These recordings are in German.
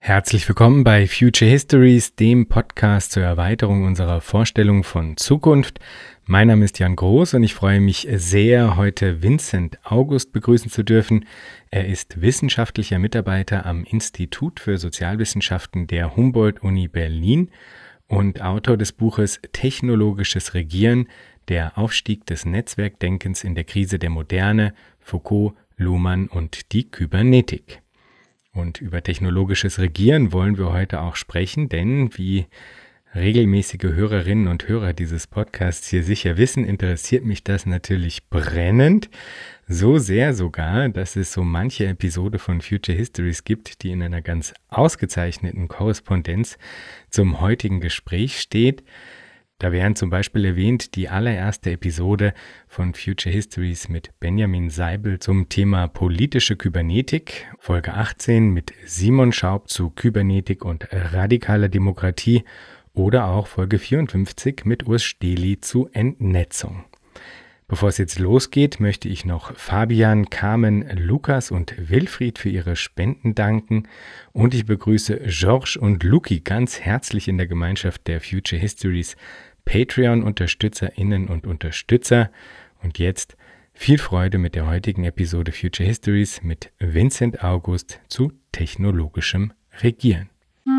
Herzlich willkommen bei Future Histories, dem Podcast zur Erweiterung unserer Vorstellung von Zukunft. Mein Name ist Jan Groß und ich freue mich sehr, heute Vincent August begrüßen zu dürfen. Er ist wissenschaftlicher Mitarbeiter am Institut für Sozialwissenschaften der Humboldt-Uni Berlin und Autor des Buches Technologisches Regieren, der Aufstieg des Netzwerkdenkens in der Krise der Moderne, Foucault, Luhmann und die Kybernetik. Und über technologisches Regieren wollen wir heute auch sprechen, denn wie regelmäßige Hörerinnen und Hörer dieses Podcasts hier sicher wissen, interessiert mich das natürlich brennend. So sehr sogar, dass es so manche Episode von Future Histories gibt, die in einer ganz ausgezeichneten Korrespondenz zum heutigen Gespräch steht. Da wären zum Beispiel erwähnt die allererste Episode von Future Histories mit Benjamin Seibel zum Thema politische Kybernetik, Folge 18 mit Simon Schaub zu Kybernetik und radikaler Demokratie oder auch Folge 54 mit Urs Stehli zu Entnetzung. Bevor es jetzt losgeht, möchte ich noch Fabian, Carmen, Lukas und Wilfried für ihre Spenden danken und ich begrüße Georges und Luki ganz herzlich in der Gemeinschaft der Future Histories Patreon-UnterstützerInnen und Unterstützer. Und jetzt viel Freude mit der heutigen Episode Future Histories mit Vincent August zu technologischem Regieren.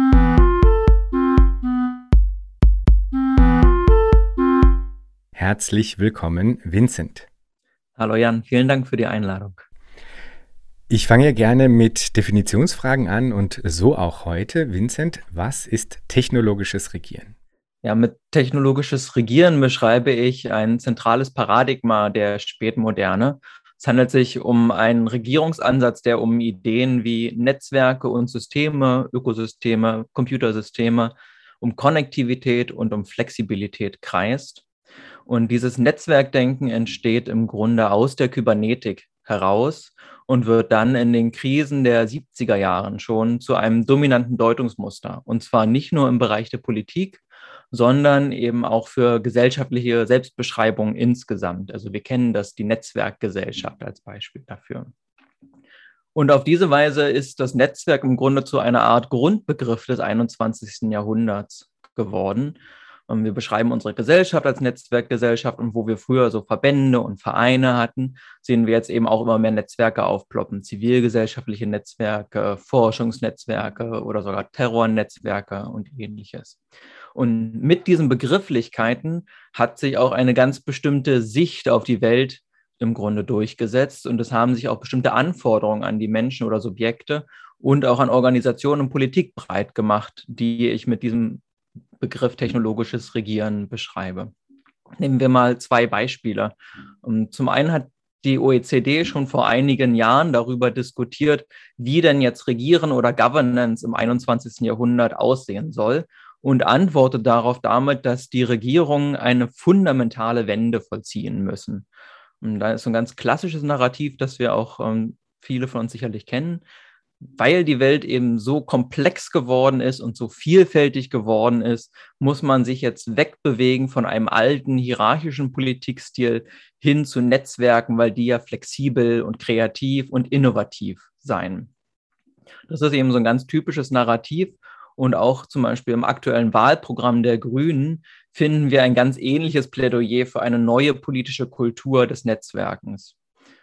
Herzlich willkommen, Vincent. Hallo Jan, vielen Dank für die Einladung. Ich fange ja gerne mit Definitionsfragen an und so auch heute. Vincent, was ist technologisches Regieren? Ja, mit technologisches Regieren beschreibe ich ein zentrales Paradigma der Spätmoderne. Es handelt sich um einen Regierungsansatz, der um Ideen wie Netzwerke und Systeme, Ökosysteme, Computersysteme, um Konnektivität und um Flexibilität kreist. Und dieses Netzwerkdenken entsteht im Grunde aus der Kybernetik heraus und wird dann in den Krisen der 70er Jahren schon zu einem dominanten Deutungsmuster. Und zwar nicht nur im Bereich der Politik, sondern eben auch für gesellschaftliche Selbstbeschreibung insgesamt. Also wir kennen das, die Netzwerkgesellschaft als Beispiel dafür. Und auf diese Weise ist das Netzwerk im Grunde zu einer Art Grundbegriff des 21. Jahrhunderts geworden. Und wir beschreiben unsere Gesellschaft als Netzwerkgesellschaft und wo wir früher so Verbände und Vereine hatten, sehen wir jetzt eben auch immer mehr Netzwerke aufploppen. Zivilgesellschaftliche Netzwerke, Forschungsnetzwerke oder sogar Terrornetzwerke und ähnliches. Und mit diesen Begrifflichkeiten hat sich auch eine ganz bestimmte Sicht auf die Welt im Grunde durchgesetzt und es haben sich auch bestimmte Anforderungen an die Menschen oder Subjekte und auch an Organisationen und Politik breit gemacht, die ich mit diesem Begriff technologisches Regieren beschreibe. Nehmen wir mal zwei Beispiele. Zum einen hat die OECD schon vor einigen Jahren darüber diskutiert, wie denn jetzt Regieren oder Governance im 21. Jahrhundert aussehen soll und antwortet darauf damit, dass die Regierungen eine fundamentale Wende vollziehen müssen. Und da ist so ein ganz klassisches Narrativ, das wir auch viele von uns sicherlich kennen. Weil die Welt eben so komplex geworden ist und so vielfältig geworden ist, muss man sich jetzt wegbewegen von einem alten hierarchischen Politikstil hin zu Netzwerken, weil die ja flexibel und kreativ und innovativ seien. Das ist eben so ein ganz typisches Narrativ. Und auch zum Beispiel im aktuellen Wahlprogramm der Grünen finden wir ein ganz ähnliches Plädoyer für eine neue politische Kultur des Netzwerkens.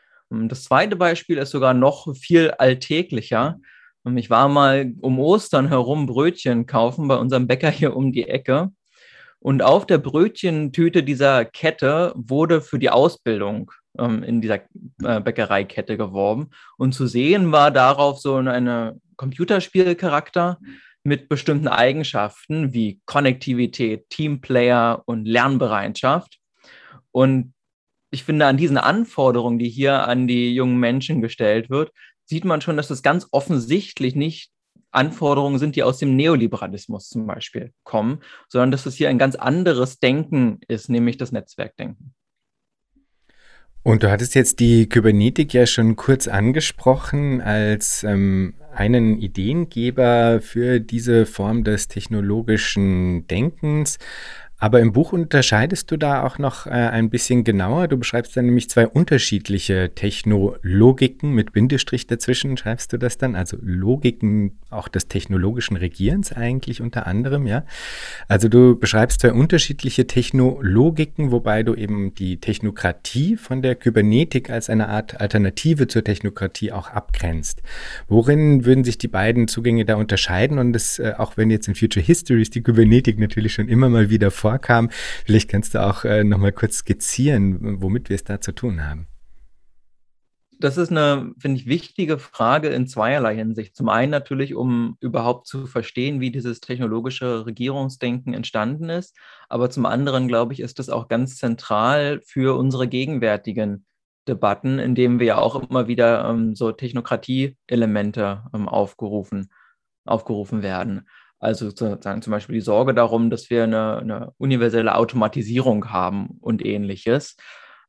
Das zweite Beispiel ist sogar noch viel alltäglicher. Ich war mal um Ostern herum Brötchen kaufen bei unserem Bäcker hier um die Ecke. Und auf der Brötchentüte dieser Kette wurde für die Ausbildung in dieser Bäckereikette geworben. Und zu sehen war darauf so eine Computerspielcharakter mit bestimmten Eigenschaften wie Konnektivität, Teamplayer und Lernbereitschaft. Und ich finde, an diesen Anforderungen, die hier an die jungen Menschen gestellt wird, sieht man schon, dass das ganz offensichtlich nicht Anforderungen sind, die aus dem Neoliberalismus zum Beispiel kommen, sondern dass es hier ein ganz anderes Denken ist, nämlich das Netzwerkdenken. Und du hattest jetzt die Kybernetik ja schon kurz angesprochen als einen Ideengeber für diese Form des technologischen Denkens. Aber im Buch unterscheidest du da auch noch ein bisschen genauer. Du beschreibst dann nämlich zwei unterschiedliche Technologiken mit Bindestrich dazwischen, schreibst du das dann? Also Logiken auch des technologischen Regierens eigentlich unter anderem, ja? Also du beschreibst zwei unterschiedliche Technologiken, wobei du eben die Technokratie von der Kybernetik als eine Art Alternative zur Technokratie auch abgrenzt. Worin würden sich die beiden Zugänge da unterscheiden? Und das, auch wenn jetzt in Future Histories die Kybernetik natürlich schon immer mal wieder vorkam, vielleicht kannst du auch noch mal kurz skizzieren, womit wir es da zu tun haben. Das ist eine, finde ich, wichtige Frage in zweierlei Hinsicht. Zum einen natürlich, um überhaupt zu verstehen, wie dieses technologische Regierungsdenken entstanden ist. Aber zum anderen, glaube ich, ist das auch ganz zentral für unsere gegenwärtigen Debatten, in denen wir ja auch immer wieder so Technokratie-Elemente aufgerufen werden. Also sozusagen zum Beispiel die Sorge darum, dass wir eine universelle Automatisierung haben und ähnliches.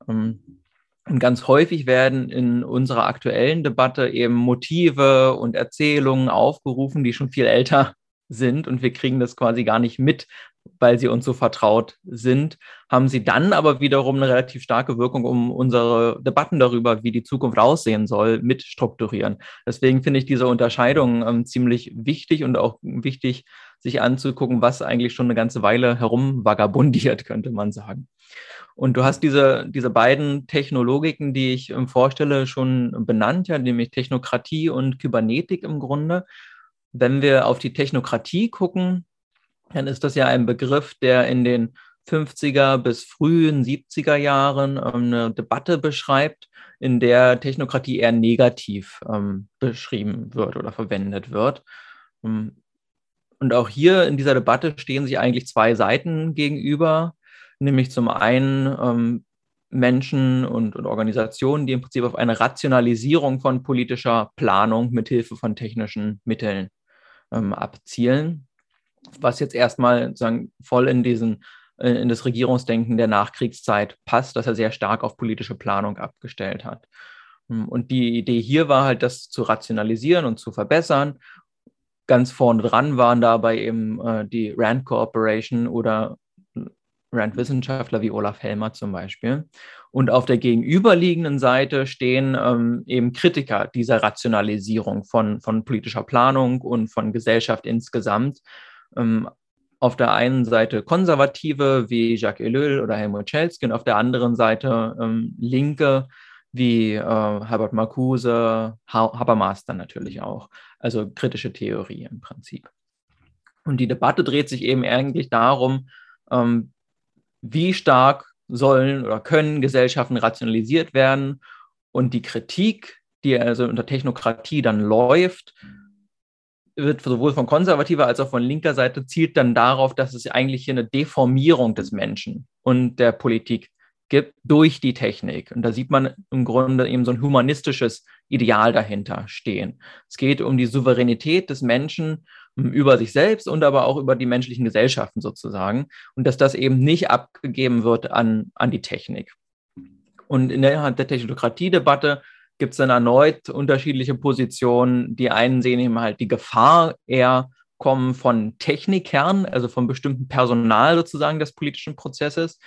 Und ganz häufig werden in unserer aktuellen Debatte eben Motive und Erzählungen aufgerufen, die schon viel älter sind und wir kriegen das quasi gar nicht mit, weil sie uns so vertraut sind, haben sie dann aber wiederum eine relativ starke Wirkung, um unsere Debatten darüber, wie die Zukunft aussehen soll, mit strukturieren. Deswegen finde ich diese Unterscheidung ziemlich wichtig und auch wichtig, sich anzugucken, was eigentlich schon eine ganze Weile herumvagabundiert, könnte man sagen. Und du hast diese beiden Technologiken, die ich vorstelle, schon benannt, ja, nämlich Technokratie und Kybernetik im Grunde. Wenn wir auf die Technokratie gucken, dann ist das ja ein Begriff, der in den 50er bis frühen 70er Jahren eine Debatte beschreibt, in der Technokratie eher negativ beschrieben wird oder verwendet wird. Und auch hier in dieser Debatte stehen sich eigentlich zwei Seiten gegenüber, nämlich zum einen Menschen und Organisationen, die im Prinzip auf eine Rationalisierung von politischer Planung mithilfe von technischen Mitteln abzielen, was jetzt erstmal sozusagen voll in das Regierungsdenken der Nachkriegszeit passt, dass er sehr stark auf politische Planung abgestellt hat. Und die Idee hier war halt, das zu rationalisieren und zu verbessern. Ganz vorne dran waren dabei eben die Rand Corporation oder Rand-Wissenschaftler wie Olaf Helmer zum Beispiel. Und auf der gegenüberliegenden Seite stehen eben Kritiker dieser Rationalisierung von politischer Planung und von Gesellschaft insgesamt. Auf der einen Seite Konservative wie Jacques Ellul oder Helmut Schelsky und auf der anderen Seite Linke wie Herbert Marcuse, Habermas dann natürlich auch. Also kritische Theorie im Prinzip. Und die Debatte dreht sich eben eigentlich darum, wie stark sollen oder können Gesellschaften rationalisiert werden. Und die Kritik, die also unter Technokratie dann läuft, wird sowohl von konservativer als auch von linker Seite zielt dann darauf, dass es eigentlich hier eine Deformierung des Menschen und der Politik gibt durch die Technik. Und da sieht man im Grunde eben so ein humanistisches Ideal dahinter stehen. Es geht um die Souveränität des Menschen über sich selbst und aber auch über die menschlichen Gesellschaften sozusagen. Und dass das eben nicht abgegeben wird an die Technik. Und innerhalb der Technokratie-Debatte gibt es dann erneut unterschiedliche Positionen. Die einen sehen eben halt die Gefahr eher kommen von Technikern, also von bestimmten Personal sozusagen des politischen Prozesses,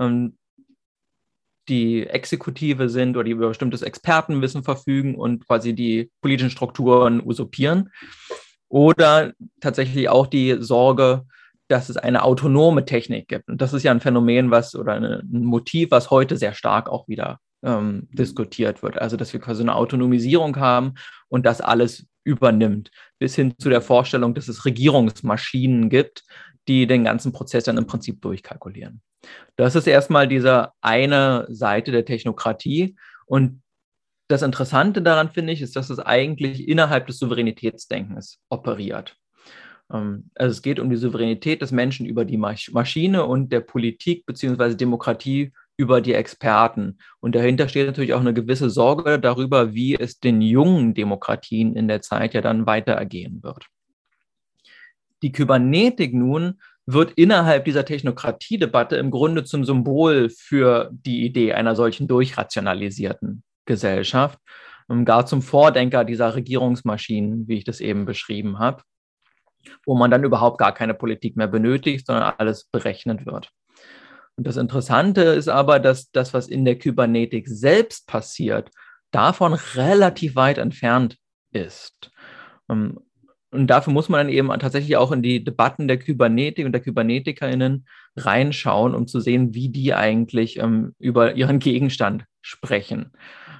die Exekutive sind oder die über bestimmtes Expertenwissen verfügen und quasi die politischen Strukturen usurpieren. Oder tatsächlich auch die Sorge, dass es eine autonome Technik gibt. Und das ist ja ein Phänomen, oder ein Motiv, was heute sehr stark auch wieder diskutiert wird. Also, dass wir quasi eine Autonomisierung haben und das alles übernimmt, bis hin zu der Vorstellung, dass es Regierungsmaschinen gibt, die den ganzen Prozess dann im Prinzip durchkalkulieren. Das ist erstmal diese eine Seite der Technokratie. Und das Interessante daran, finde ich, ist, dass es eigentlich innerhalb des Souveränitätsdenkens operiert. Also es geht um die Souveränität des Menschen über die Maschine und der Politik bzw. Demokratie über die Experten. Und dahinter steht natürlich auch eine gewisse Sorge darüber, wie es den jungen Demokratien in der Zeit ja dann weiter ergehen wird. Die Kybernetik nun wird innerhalb dieser Technokratiedebatte im Grunde zum Symbol für die Idee einer solchen durchrationalisierten Gesellschaft, gar zum Vordenker dieser Regierungsmaschinen, wie ich das eben beschrieben habe. wo man dann überhaupt gar keine Politik mehr benötigt, sondern alles berechnet wird. Und das Interessante ist aber, dass das, was in der Kybernetik selbst passiert, davon relativ weit entfernt ist. Und dafür muss man dann eben tatsächlich auch in die Debatten der Kybernetik und der KybernetikerInnen reinschauen, um zu sehen, wie die eigentlich über ihren Gegenstand sprechen.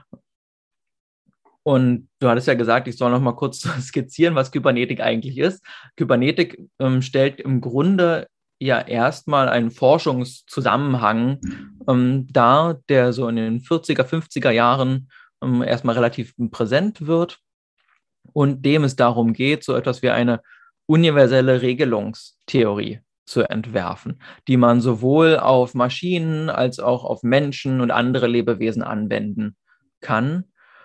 Und du hattest ja gesagt, ich soll noch mal kurz skizzieren, was Kybernetik eigentlich ist. Kybernetik stellt im Grunde ja erstmal einen Forschungszusammenhang dar, der so in den 40er, 50er Jahren erstmal relativ präsent wird und dem es darum geht, so etwas wie eine universelle Regelungstheorie zu entwerfen, die man sowohl auf Maschinen als auch auf Menschen und andere Lebewesen anwenden kann.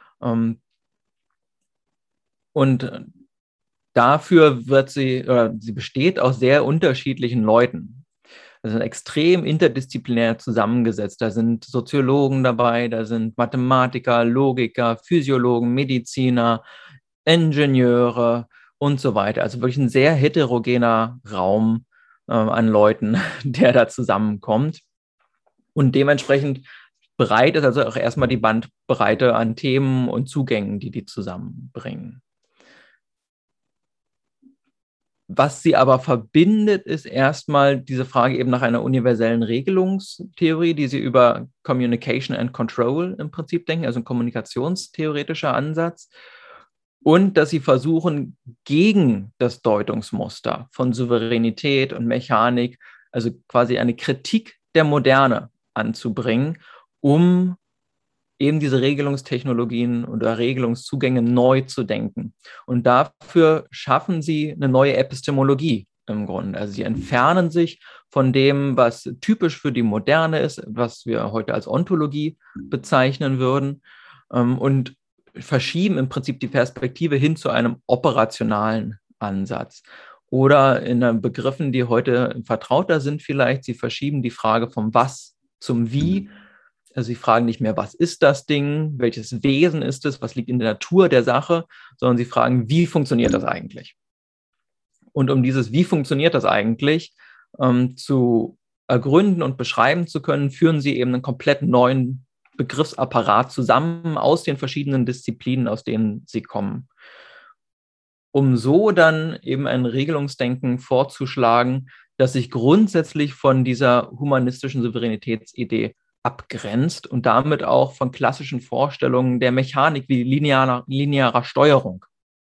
Und dafür wird sie besteht aus sehr unterschiedlichen Leuten. Das ist extrem interdisziplinär zusammengesetzt. Da sind Soziologen dabei, da sind Mathematiker, Logiker, Physiologen, Mediziner, Ingenieure und so weiter. Also wirklich ein sehr heterogener Raum an Leuten, der da zusammenkommt. Und dementsprechend breit ist also auch erstmal die Bandbreite an Themen und Zugängen, die zusammenbringen. Was sie aber verbindet, ist erstmal diese Frage eben nach einer universellen Regelungstheorie, die sie über Communication and Control im Prinzip denken, also ein kommunikationstheoretischer Ansatz. Und dass sie versuchen, gegen das Deutungsmuster von Souveränität und Mechanik, also quasi eine Kritik der Moderne anzubringen, um eben diese Regelungstechnologien oder Regelungszugänge neu zu denken. Und dafür schaffen sie eine neue Epistemologie im Grunde. Also sie entfernen sich von dem, was typisch für die Moderne ist, was wir heute als Ontologie bezeichnen würden, und verschieben im Prinzip die Perspektive hin zu einem operationalen Ansatz. Oder in Begriffen, die heute vertrauter sind vielleicht, sie verschieben die Frage vom Was zum Wie. Also sie fragen nicht mehr, was ist das Ding, welches Wesen ist es, was liegt in der Natur der Sache, sondern sie fragen, wie funktioniert das eigentlich? Und um dieses, wie funktioniert das eigentlich, zu ergründen und beschreiben zu können, führen sie eben einen komplett neuen Begriffsapparat zusammen aus den verschiedenen Disziplinen, aus denen sie kommen. Um so dann eben ein Regelungsdenken vorzuschlagen, das sich grundsätzlich von dieser humanistischen Souveränitätsidee abgrenzt und damit auch von klassischen Vorstellungen der Mechanik wie linearer Steuerung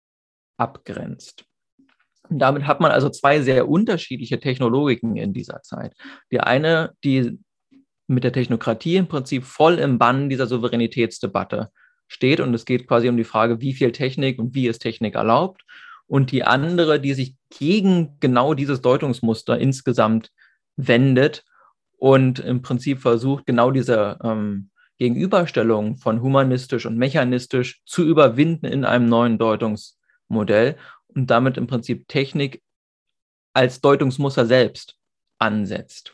abgrenzt. Und damit hat man also zwei sehr unterschiedliche Technologiken in dieser Zeit. Die eine, die mit der Technokratie im Prinzip voll im Bann dieser Souveränitätsdebatte steht und es geht quasi um die Frage, wie viel Technik und wie ist Technik erlaubt. Und die andere, die sich gegen genau dieses Deutungsmuster insgesamt wendet und im Prinzip versucht, genau diese Gegenüberstellung von humanistisch und mechanistisch zu überwinden in einem neuen Deutungsmodell und damit im Prinzip Technik als Deutungsmuster selbst ansetzt.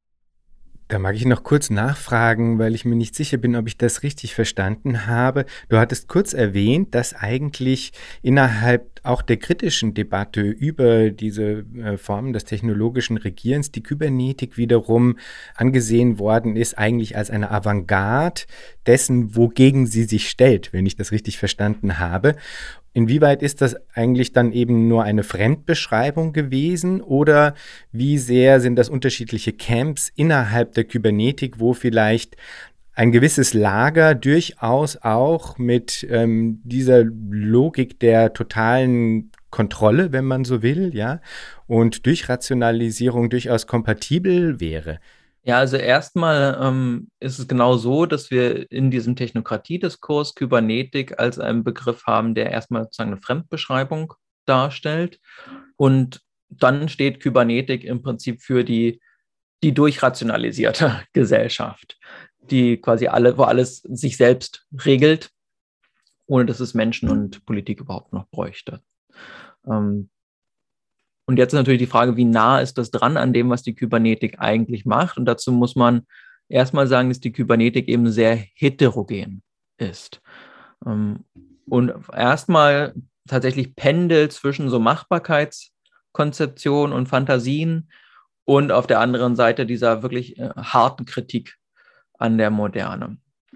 Da mag ich noch kurz nachfragen, weil ich mir nicht sicher bin, ob ich das richtig verstanden habe. Du hattest kurz erwähnt, dass eigentlich innerhalb auch der kritischen Debatte über diese Formen des technologischen Regierens die Kybernetik wiederum angesehen worden ist, eigentlich als eine Avantgarde dessen, wogegen sie sich stellt, wenn ich das richtig verstanden habe. Inwieweit ist das eigentlich dann eben nur eine Fremdbeschreibung gewesen oder wie sehr sind das unterschiedliche Camps innerhalb der Kybernetik, wo vielleicht ein gewisses Lager durchaus auch mit dieser Logik der totalen Kontrolle, wenn man so will, ja, und Durchrationalisierung durchaus kompatibel wäre? Ja, also erstmal ist es genau so, dass wir in diesem Technokratiediskurs Kybernetik als einen Begriff haben, der erstmal sozusagen eine Fremdbeschreibung darstellt. Und dann steht Kybernetik im Prinzip für die durchrationalisierte Gesellschaft, die quasi wo alles sich selbst regelt, ohne dass es Menschen und Politik überhaupt noch bräuchte. Und jetzt ist natürlich die Frage, wie nah ist das dran an dem, was die Kybernetik eigentlich macht? Und dazu muss man erstmal sagen, dass die Kybernetik eben sehr heterogen ist. Und erstmal tatsächlich pendelt zwischen so Machbarkeitsvorstellungen Konzeption und Fantasien und auf der anderen Seite dieser wirklich harten Kritik an der Moderne.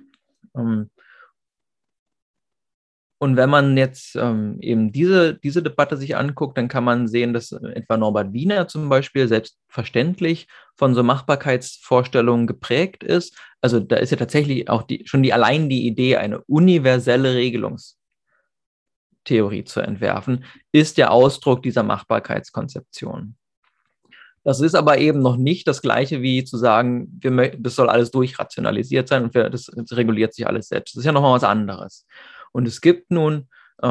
Und wenn man jetzt eben diese Debatte sich anguckt, dann kann man sehen, dass etwa Norbert Wiener zum Beispiel selbstverständlich von so Machbarkeitsvorstellungen geprägt ist. Also da ist ja tatsächlich auch allein die Idee, eine universelle Regelungstheorie zu entwerfen, ist der Ausdruck dieser Machbarkeitskonzeption. Das ist aber eben noch nicht das Gleiche wie zu sagen, das soll alles durchrationalisiert sein und das reguliert sich alles selbst. Das ist ja nochmal was anderes. Und es gibt nun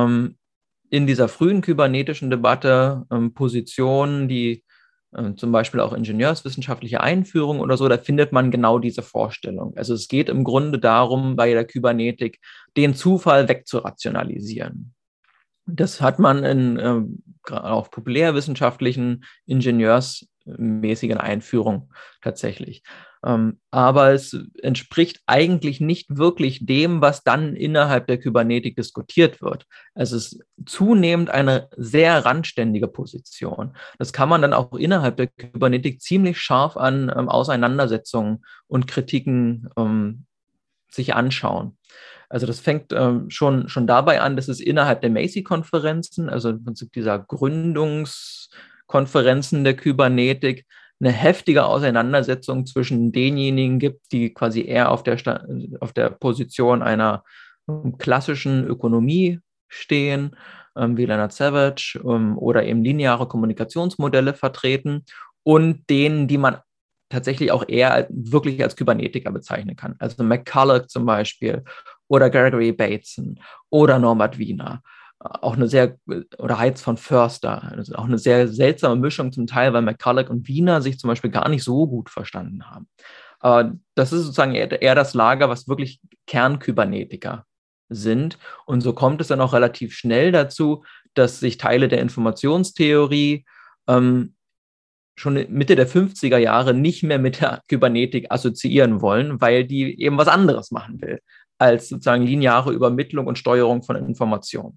in dieser frühen kybernetischen Debatte Positionen, die zum Beispiel auch ingenieurswissenschaftliche Einführung oder so, da findet man genau diese Vorstellung. Also es geht im Grunde darum, bei der Kybernetik den Zufall wegzurationalisieren. Das hat man in auch populärwissenschaftlichen ingenieursmäßigen Einführungen tatsächlich. Aber es entspricht eigentlich nicht wirklich dem, was dann innerhalb der Kybernetik diskutiert wird. Es ist zunehmend eine sehr randständige Position. Das kann man dann auch innerhalb der Kybernetik ziemlich scharf an Auseinandersetzungen und Kritiken sich anschauen. Also das fängt schon dabei an, dass es innerhalb der Macy-Konferenzen, also im Prinzip dieser Gründungskonferenzen der Kybernetik, eine heftige Auseinandersetzung zwischen denjenigen gibt, die quasi eher auf der Position einer klassischen Ökonomie stehen, wie Leonard Savage, oder eben lineare Kommunikationsmodelle vertreten, und denen, die man tatsächlich auch eher wirklich als Kybernetiker bezeichnen kann. Also McCulloch zum Beispiel oder Gregory Bateson oder Norbert Wiener. Auch oder Heitz von Förster. Also auch eine sehr seltsame Mischung zum Teil, weil McCulloch und Wiener sich zum Beispiel gar nicht so gut verstanden haben. Aber das ist sozusagen eher das Lager, was wirklich Kernkybernetiker sind. Und so kommt es dann auch relativ schnell dazu, dass sich Teile der Informationstheorie schon Mitte der 50er Jahre nicht mehr mit der Kybernetik assoziieren wollen, weil die eben was anderes machen will, als sozusagen lineare Übermittlung und Steuerung von Informationen.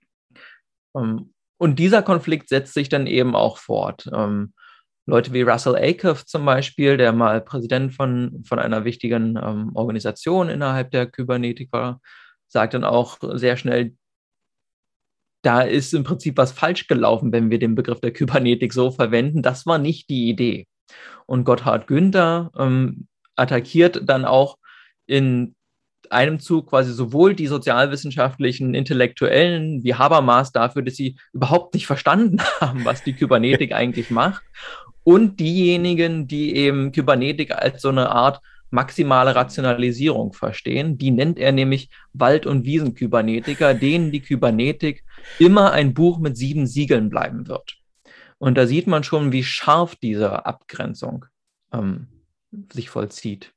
Und dieser Konflikt setzt sich dann eben auch fort. Leute wie Russell Ackoff zum Beispiel, der mal Präsident von einer wichtigen Organisation innerhalb der Kybernetik war, sagt dann auch sehr schnell, da ist im Prinzip was falsch gelaufen, wenn wir den Begriff der Kybernetik so verwenden. Das war nicht die Idee. Und Gotthard Günther attackiert dann auch in einem Zug quasi sowohl die sozialwissenschaftlichen Intellektuellen wie Habermas dafür, dass sie überhaupt nicht verstanden haben, was die Kybernetik eigentlich macht, und diejenigen, die eben Kybernetik als so eine Art maximale Rationalisierung verstehen. Die nennt er nämlich Wald- und Wiesen-Kybernetiker, denen die Kybernetik immer ein Buch mit 7 Siegeln bleiben wird. Und da sieht man schon, wie scharf diese Abgrenzung sich vollzieht.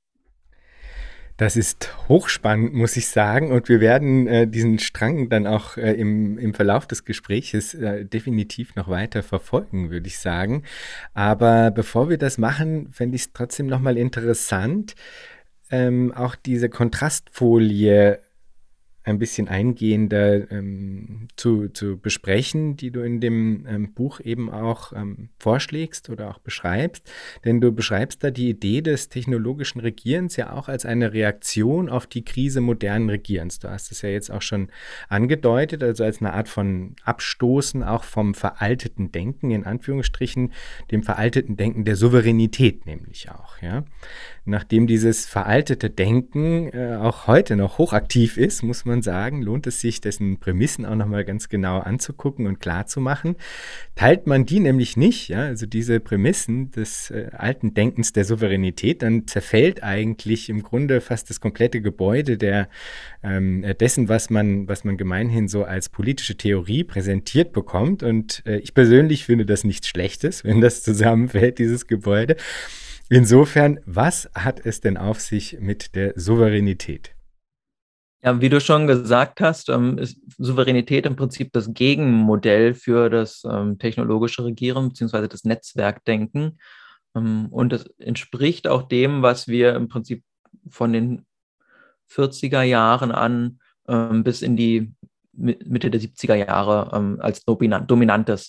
Das ist hochspannend, muss ich sagen. Und wir werden diesen Strang dann auch im Verlauf des Gespräches definitiv noch weiter verfolgen, würde ich sagen. Aber bevor wir das machen, fände ich es trotzdem nochmal interessant, auch diese Kontrastfolie ein bisschen eingehender zu besprechen, die du in dem Buch eben auch vorschlägst oder auch beschreibst. Denn du beschreibst da die Idee des technologischen Regierens ja auch als eine Reaktion auf die Krise modernen Regierens. Du hast es ja jetzt auch schon angedeutet, also als eine Art von Abstoßen auch vom veralteten Denken, in Anführungsstrichen, dem veralteten Denken der Souveränität nämlich auch, ja. Nachdem dieses veraltete Denken auch heute noch hochaktiv ist, muss man sagen, lohnt es sich, dessen Prämissen auch nochmal ganz genau anzugucken und klarzumachen. Teilt man die nämlich nicht, ja, also diese Prämissen des alten Denkens der Souveränität, dann zerfällt eigentlich im Grunde fast das komplette Gebäude dessen, was man gemeinhin so als politische Theorie präsentiert bekommt. Und ich persönlich finde das nichts Schlechtes, wenn das zusammenfällt, dieses Gebäude. Insofern, was hat es denn auf sich mit der Souveränität? Ja, wie du schon gesagt hast, ist Souveränität im Prinzip das Gegenmodell für das technologische Regieren bzw. das Netzwerkdenken. Und es entspricht auch dem, was wir im Prinzip von den 40er Jahren an bis in die Mitte der 70er Jahre als dominantes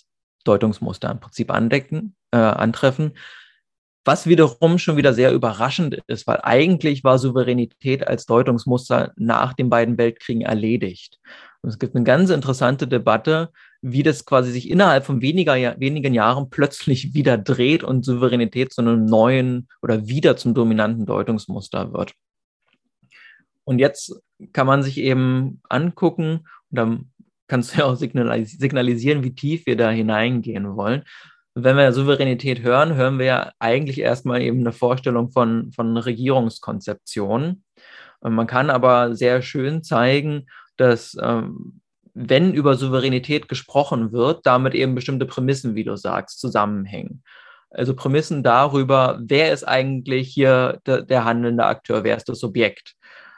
Deutungsmuster im Prinzip antreffen, was wiederum schon wieder sehr überraschend ist, weil eigentlich war Souveränität als Deutungsmuster nach den beiden Weltkriegen erledigt. Und es gibt eine ganz interessante Debatte, wie das quasi sich innerhalb von wenigen Jahren plötzlich wieder dreht und Souveränität zu einem neuen oder wieder zum dominanten Deutungsmuster wird. Und jetzt kann man sich eben angucken, und dann kannst du ja auch signalisieren, wie tief wir da hineingehen wollen. Wenn wir Souveränität hören, hören wir ja eigentlich erstmal eben eine Vorstellung von Regierungskonzeptionen. Man kann aber sehr schön zeigen, dass wenn über Souveränität gesprochen wird, damit eben bestimmte Prämissen, wie du sagst, zusammenhängen. Also Prämissen darüber, wer ist eigentlich hier der handelnde Akteur, wer ist das Subjekt?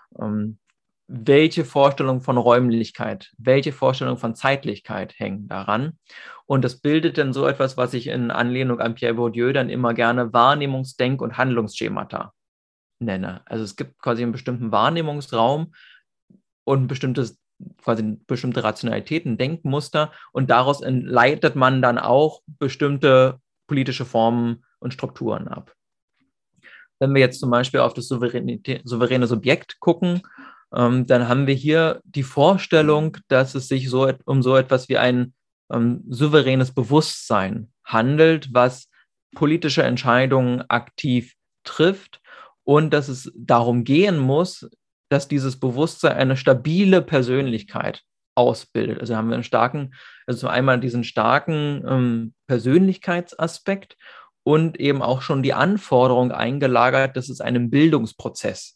Welche Vorstellung von Räumlichkeit, welche Vorstellung von Zeitlichkeit hängen daran? Und das bildet dann so etwas, was ich in Anlehnung an Pierre Bourdieu dann immer gerne Wahrnehmungs-, Denk- und Handlungsschemata nenne. Also es gibt quasi einen bestimmten Wahrnehmungsraum und bestimmte Rationalitäten, Denkmuster, und daraus leitet man dann auch bestimmte politische Formen und Strukturen ab. Wenn wir jetzt zum Beispiel auf das souveräne Subjekt gucken, dann haben wir hier die Vorstellung, dass es sich um so etwas wie ein souveränes Bewusstsein handelt, was politische Entscheidungen aktiv trifft und dass es darum gehen muss, dass dieses Bewusstsein eine stabile Persönlichkeit ausbildet. Also haben wir zum einmal diesen starken Persönlichkeitsaspekt und eben auch schon die Anforderung eingelagert, dass es einen Bildungsprozess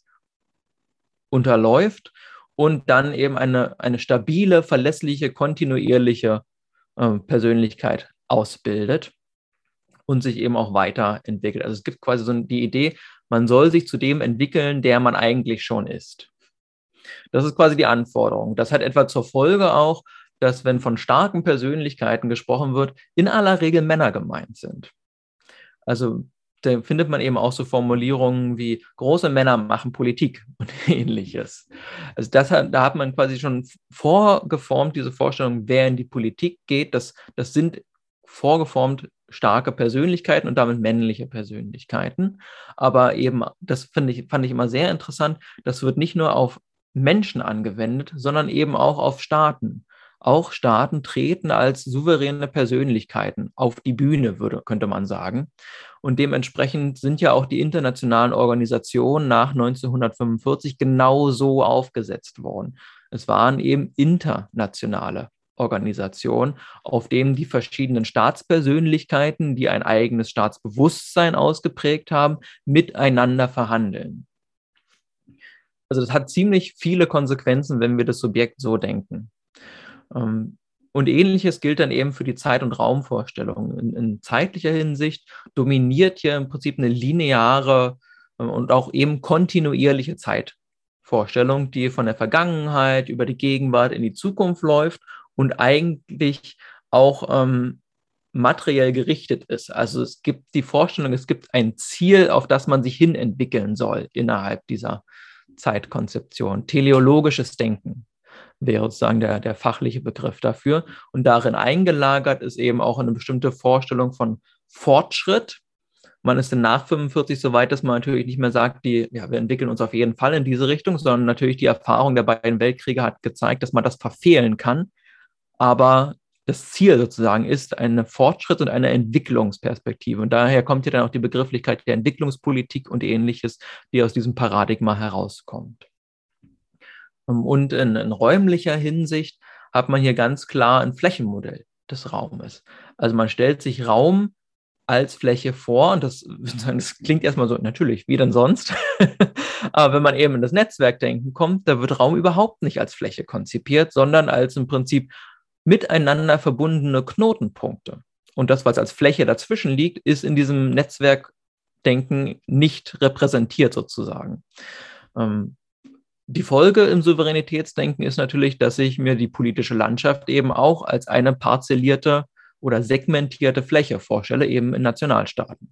unterläuft und dann eben eine stabile, verlässliche, kontinuierliche Persönlichkeit ausbildet und sich eben auch weiterentwickelt. Also es gibt quasi so die Idee, man soll sich zu dem entwickeln, der man eigentlich schon ist. Das ist quasi die Anforderung. Das hat etwa zur Folge auch, dass, wenn von starken Persönlichkeiten gesprochen wird, in aller Regel Männer gemeint sind. Also da findet man eben auch so Formulierungen wie große Männer machen Politik und ähnliches. Also da hat man quasi schon vorgeformt, diese Vorstellung, wer in die Politik geht, das sind vorgeformt starke Persönlichkeiten und damit männliche Persönlichkeiten. Aber eben, das fand ich immer sehr interessant, das wird nicht nur auf Menschen angewendet, sondern eben auch auf Staaten. Auch Staaten treten als souveräne Persönlichkeiten auf die Bühne, könnte man sagen. Und dementsprechend sind ja auch die internationalen Organisationen nach 1945 genau so aufgesetzt worden. Es waren eben internationale Organisationen, auf denen die verschiedenen Staatspersönlichkeiten, die ein eigenes Staatsbewusstsein ausgeprägt haben, miteinander verhandeln. Also das hat ziemlich viele Konsequenzen, wenn wir das Subjekt so denken. Und Ähnliches gilt dann eben für die Zeit- und Raumvorstellung. In zeitlicher Hinsicht dominiert hier im Prinzip eine lineare und auch eben kontinuierliche Zeitvorstellung, die von der Vergangenheit über die Gegenwart in die Zukunft läuft und eigentlich auch materiell gerichtet ist. Also es gibt die Vorstellung, es gibt ein Ziel, auf das man sich hin entwickeln soll innerhalb dieser Zeitkonzeption. Teleologisches Denken wäre sozusagen der fachliche Begriff dafür. Und darin eingelagert ist eben auch eine bestimmte Vorstellung von Fortschritt. Man ist dann nach 45 so weit, dass man natürlich nicht mehr sagt, wir entwickeln uns auf jeden Fall in diese Richtung, sondern natürlich die Erfahrung der beiden Weltkriege hat gezeigt, dass man das verfehlen kann. Aber das Ziel sozusagen ist eine Fortschritts- und eine Entwicklungsperspektive. Und daher kommt ja dann auch die Begrifflichkeit der Entwicklungspolitik und Ähnliches, die aus diesem Paradigma herauskommt. Und in räumlicher Hinsicht hat man hier ganz klar ein Flächenmodell des Raumes. Also man stellt sich Raum als Fläche vor und das klingt erstmal so, natürlich, wie denn sonst? Aber wenn man eben in das Netzwerkdenken kommt, da wird Raum überhaupt nicht als Fläche konzipiert, sondern als im Prinzip miteinander verbundene Knotenpunkte. Und das, was als Fläche dazwischen liegt, ist in diesem Netzwerkdenken nicht repräsentiert sozusagen. Die Folge im Souveränitätsdenken ist natürlich, dass ich mir die politische Landschaft eben auch als eine parzellierte oder segmentierte Fläche vorstelle, eben in Nationalstaaten.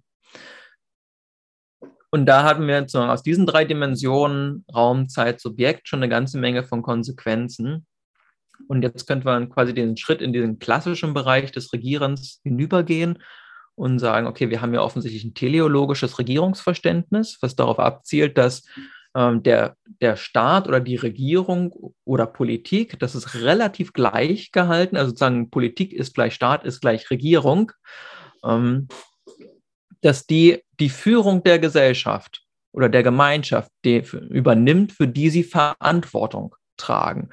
Und da hatten wir aus diesen 3 Dimensionen, Raum, Zeit, Subjekt, schon eine ganze Menge von Konsequenzen. Und jetzt könnte man quasi den Schritt in diesen klassischen Bereich des Regierens hinübergehen und sagen, okay, wir haben ja offensichtlich ein teleologisches Regierungsverständnis, was darauf abzielt, dass der Staat oder die Regierung oder Politik, das ist relativ gleich gehalten, also sozusagen Politik ist gleich Staat, ist gleich Regierung, dass die Führung der Gesellschaft oder der Gemeinschaft übernimmt, für die sie Verantwortung tragen.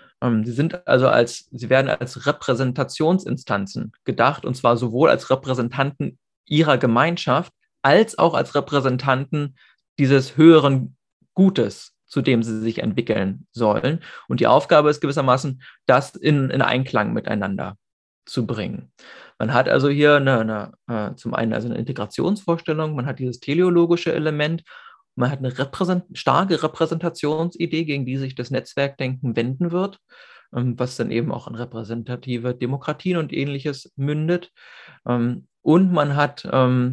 Sie werden als Repräsentationsinstanzen gedacht, und zwar sowohl als Repräsentanten ihrer Gemeinschaft als auch als Repräsentanten dieses höheren Gutes, zu dem sie sich entwickeln sollen. Und die Aufgabe ist gewissermaßen, das in Einklang miteinander zu bringen. Man hat also hier zum einen also eine Integrationsvorstellung, man hat dieses teleologische Element, man hat eine starke Repräsentationsidee, gegen die sich das Netzwerkdenken wenden wird, was dann eben auch in repräsentative Demokratien und Ähnliches mündet. Und man hat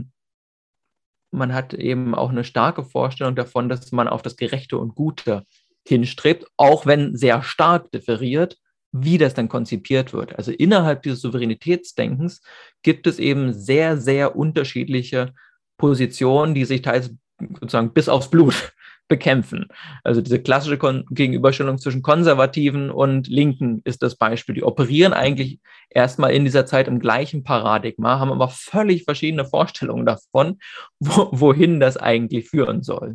eben auch eine starke Vorstellung davon, dass man auf das Gerechte und Gute hinstrebt, auch wenn sehr stark differiert, wie das dann konzipiert wird. Also innerhalb dieses Souveränitätsdenkens gibt es eben sehr, sehr unterschiedliche Positionen, die sich teils sozusagen bis aufs Blut bekämpfen. Also diese klassische Gegenüberstellung zwischen Konservativen und Linken ist das Beispiel. Die operieren eigentlich erstmal in dieser Zeit im gleichen Paradigma, haben aber völlig verschiedene Vorstellungen davon, wohin das eigentlich führen soll.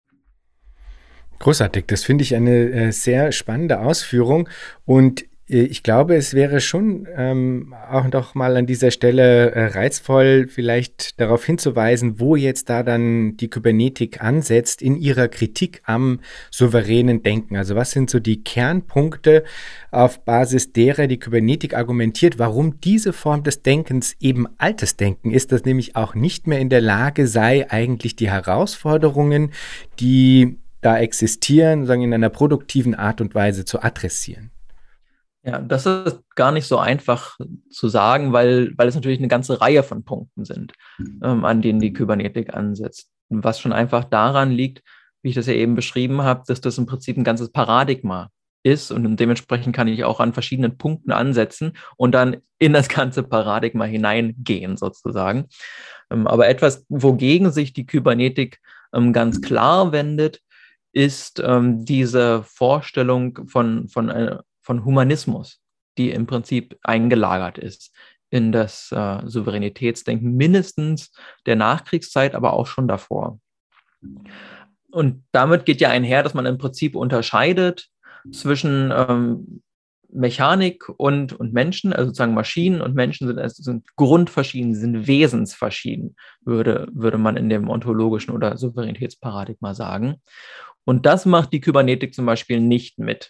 Großartig, das finde ich eine sehr spannende Ausführung, und ich glaube, es wäre schon auch noch mal an dieser Stelle reizvoll, vielleicht darauf hinzuweisen, wo jetzt da dann die Kybernetik ansetzt in ihrer Kritik am souveränen Denken. Also was sind so die Kernpunkte, auf Basis derer die Kybernetik argumentiert, warum diese Form des Denkens eben altes Denken ist, das nämlich auch nicht mehr in der Lage sei, eigentlich die Herausforderungen, die da existieren, sagen, in einer produktiven Art und Weise zu adressieren. Ja, das ist gar nicht so einfach zu sagen, weil es natürlich eine ganze Reihe von Punkten sind, an denen die Kybernetik ansetzt. Was schon einfach daran liegt, wie ich das ja eben beschrieben habe, dass das im Prinzip ein ganzes Paradigma ist, und dementsprechend kann ich auch an verschiedenen Punkten ansetzen und dann in das ganze Paradigma hineingehen sozusagen. Aber etwas, wogegen sich die Kybernetik ganz klar wendet, ist diese Vorstellung von Humanismus, die im Prinzip eingelagert ist in das Souveränitätsdenken, mindestens der Nachkriegszeit, aber auch schon davor. Und damit geht ja einher, dass man im Prinzip unterscheidet zwischen Mechanik und Menschen, also sozusagen Maschinen und Menschen sind grundverschieden, sind wesensverschieden, würde man in dem ontologischen oder Souveränitätsparadigma sagen. Und das macht die Kybernetik zum Beispiel nicht mit.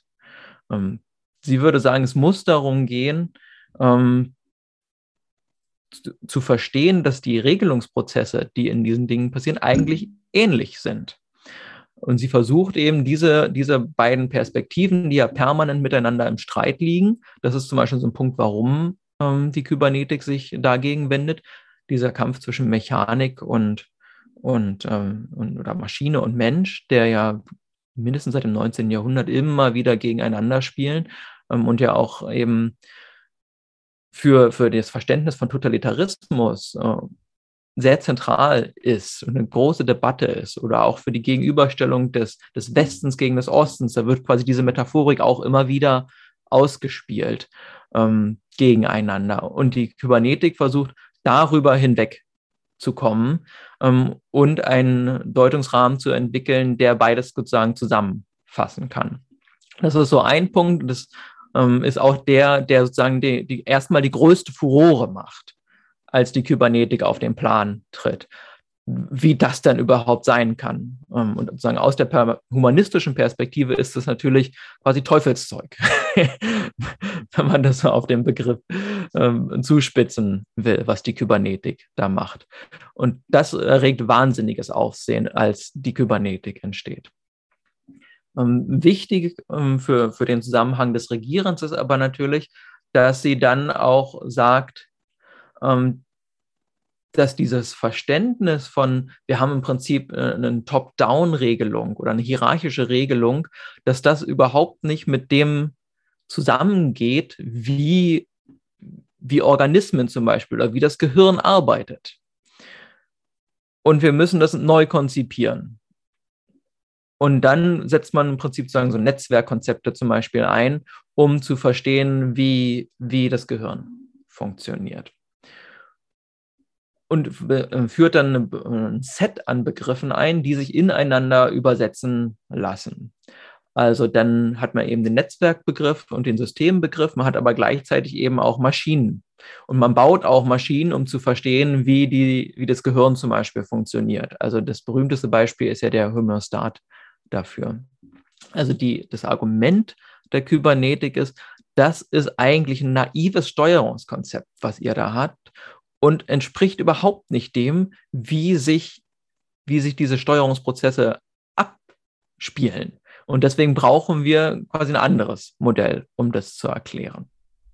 Sie würde sagen, es muss darum gehen, zu verstehen, dass die Regelungsprozesse, die in diesen Dingen passieren, eigentlich ähnlich sind. Und sie versucht eben diese beiden Perspektiven, die ja permanent miteinander im Streit liegen, das ist zum Beispiel so ein Punkt, warum die Kybernetik sich dagegen wendet, dieser Kampf zwischen Mechanik oder Maschine und Mensch, der ja mindestens seit dem 19. Jahrhundert immer wieder gegeneinander spielen und ja auch eben für das Verständnis von Totalitarismus sehr zentral ist und eine große Debatte ist, oder auch für die Gegenüberstellung des Westens gegen des Ostens. Da wird quasi diese Metaphorik auch immer wieder ausgespielt gegeneinander. Und die Kybernetik versucht, darüber hinweg zu kommen und einen Deutungsrahmen zu entwickeln, der beides sozusagen zusammenfassen kann. Das ist so ein Punkt. Das ist auch der sozusagen erstmal die größte Furore macht, als die Kybernetik auf den Plan tritt, wie das dann überhaupt sein kann. Und sozusagen aus der humanistischen Perspektive ist das natürlich quasi Teufelszeug, wenn man das so auf den Begriff zuspitzen will, was die Kybernetik da macht. Und das erregt wahnsinniges Aufsehen, als die Kybernetik entsteht. Wichtig für den Zusammenhang des Regierens ist aber natürlich, dass sie dann auch sagt, dass dieses Verständnis von, wir haben im Prinzip eine Top-Down-Regelung oder eine hierarchische Regelung, dass das überhaupt nicht mit dem zusammengeht, wie Organismen zum Beispiel oder wie das Gehirn arbeitet. Und wir müssen das neu konzipieren. Und dann setzt man im Prinzip so Netzwerkkonzepte zum Beispiel ein, um zu verstehen, wie das Gehirn funktioniert. Und führt dann ein Set an Begriffen ein, die sich ineinander übersetzen lassen. Also dann hat man eben den Netzwerkbegriff und den Systembegriff, man hat aber gleichzeitig eben auch Maschinen. Und man baut auch Maschinen, um zu verstehen, wie das Gehirn zum Beispiel funktioniert. Also das berühmteste Beispiel ist ja der Homöostat dafür. Also das Argument der Kybernetik ist, das ist eigentlich ein naives Steuerungskonzept, was ihr da habt und entspricht überhaupt nicht dem, wie sich diese Steuerungsprozesse abspielen. Und deswegen brauchen wir quasi ein anderes Modell, um das zu erklären.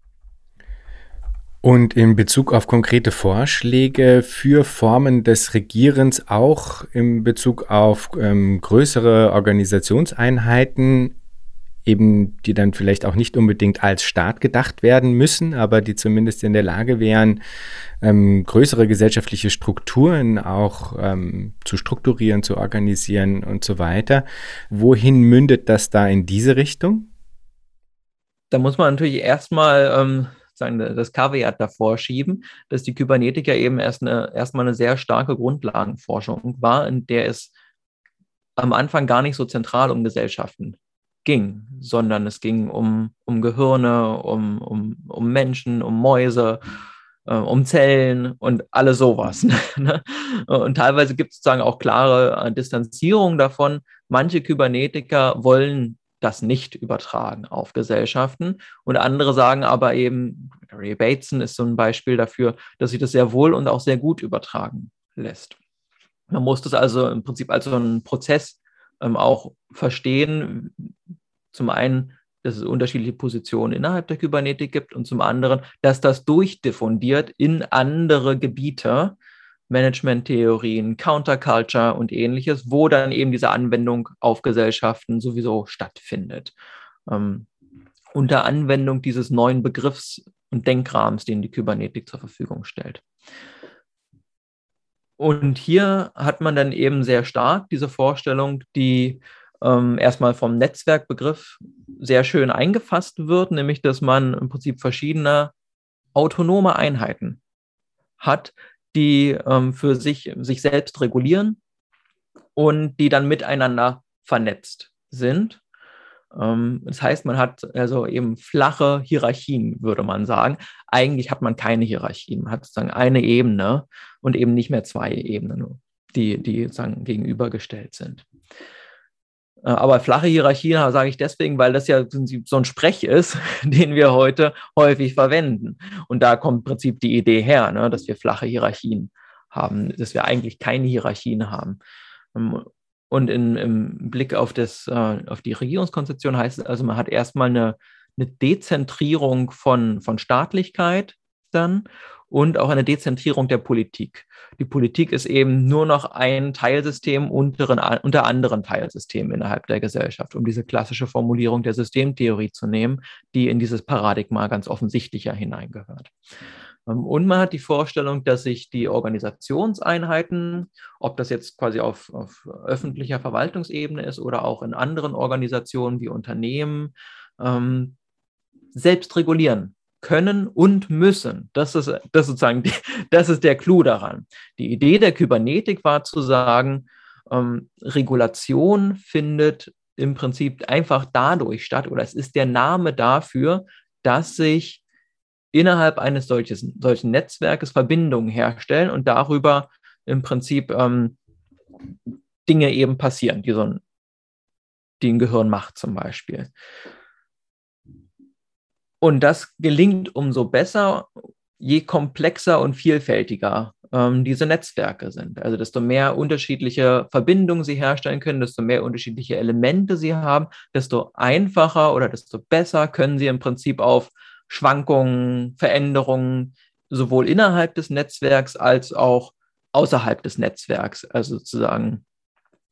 Und in Bezug auf konkrete Vorschläge für Formen des Regierens, auch in Bezug auf größere Organisationseinheiten, eben die dann vielleicht auch nicht unbedingt als Staat gedacht werden müssen, aber die zumindest in der Lage wären, größere gesellschaftliche Strukturen auch zu strukturieren, zu organisieren und so weiter. Wohin mündet das da in diese Richtung? Da muss man natürlich erstmal das Kaviar davor schieben, dass die Kybernetik ja eben erstmal eine sehr starke Grundlagenforschung war, in der es am Anfang gar nicht so zentral um Gesellschaften ging, sondern es ging um Gehirne, um Menschen, um Mäuse, um Zellen und alles sowas. Und teilweise gibt es sozusagen auch klare Distanzierung davon. Manche Kybernetiker wollen das nicht übertragen auf Gesellschaften und andere sagen aber eben, Ray Bateson ist so ein Beispiel dafür, dass sich das sehr wohl und auch sehr gut übertragen lässt. Man muss das also im Prinzip als so einen Prozess auch verstehen. Zum einen, dass es unterschiedliche Positionen innerhalb der Kybernetik gibt und zum anderen, dass das durchdiffundiert in andere Gebiete, Management-Theorien, Counterculture und ähnliches, wo dann eben diese Anwendung auf Gesellschaften sowieso stattfindet. Unter Anwendung dieses neuen Begriffs und Denkrahmens, den die Kybernetik zur Verfügung stellt. Und hier hat man dann eben sehr stark diese Vorstellung, die erstmal vom Netzwerkbegriff sehr schön eingefasst wird, nämlich dass man im Prinzip verschiedene autonome Einheiten hat, die für sich selbst regulieren und die dann miteinander vernetzt sind. Das heißt, man hat also eben flache Hierarchien, würde man sagen. Eigentlich hat man keine Hierarchien. Man hat sozusagen eine Ebene und eben nicht mehr zwei Ebenen, die sozusagen gegenübergestellt sind. Aber flache Hierarchien sage ich deswegen, weil das ja so ein Sprech ist, den wir heute häufig verwenden. Und da kommt im Prinzip die Idee her, ne, dass wir flache Hierarchien haben, dass wir eigentlich keine Hierarchien haben. Und im Blick auf die Regierungskonzeption heißt es also, man hat erstmal eine Dezentrierung von Staatlichkeit dann und auch eine Dezentrierung der Politik. Die Politik ist eben nur noch ein Teilsystem unter anderen Teilsystemen innerhalb der Gesellschaft, um diese klassische Formulierung der Systemtheorie zu nehmen, die in dieses Paradigma ganz offensichtlicher hineingehört. Und man hat die Vorstellung, dass sich die Organisationseinheiten, ob das jetzt quasi auf öffentlicher Verwaltungsebene ist oder auch in anderen Organisationen wie Unternehmen, selbst regulieren können und müssen. Das ist der Clou daran. Die Idee der Kybernetik war zu sagen, Regulation findet im Prinzip einfach dadurch statt, oder es ist der Name dafür, dass sich innerhalb eines solchen Netzwerkes Verbindungen herstellen und darüber im Prinzip Dinge eben passieren, die ein Gehirn macht zum Beispiel. Und das gelingt umso besser, je komplexer und vielfältiger diese Netzwerke sind. Also desto mehr unterschiedliche Verbindungen sie herstellen können, desto mehr unterschiedliche Elemente sie haben, desto einfacher oder desto besser können sie im Prinzip auf Schwankungen, Veränderungen sowohl innerhalb des Netzwerks als auch außerhalb des Netzwerks, also sozusagen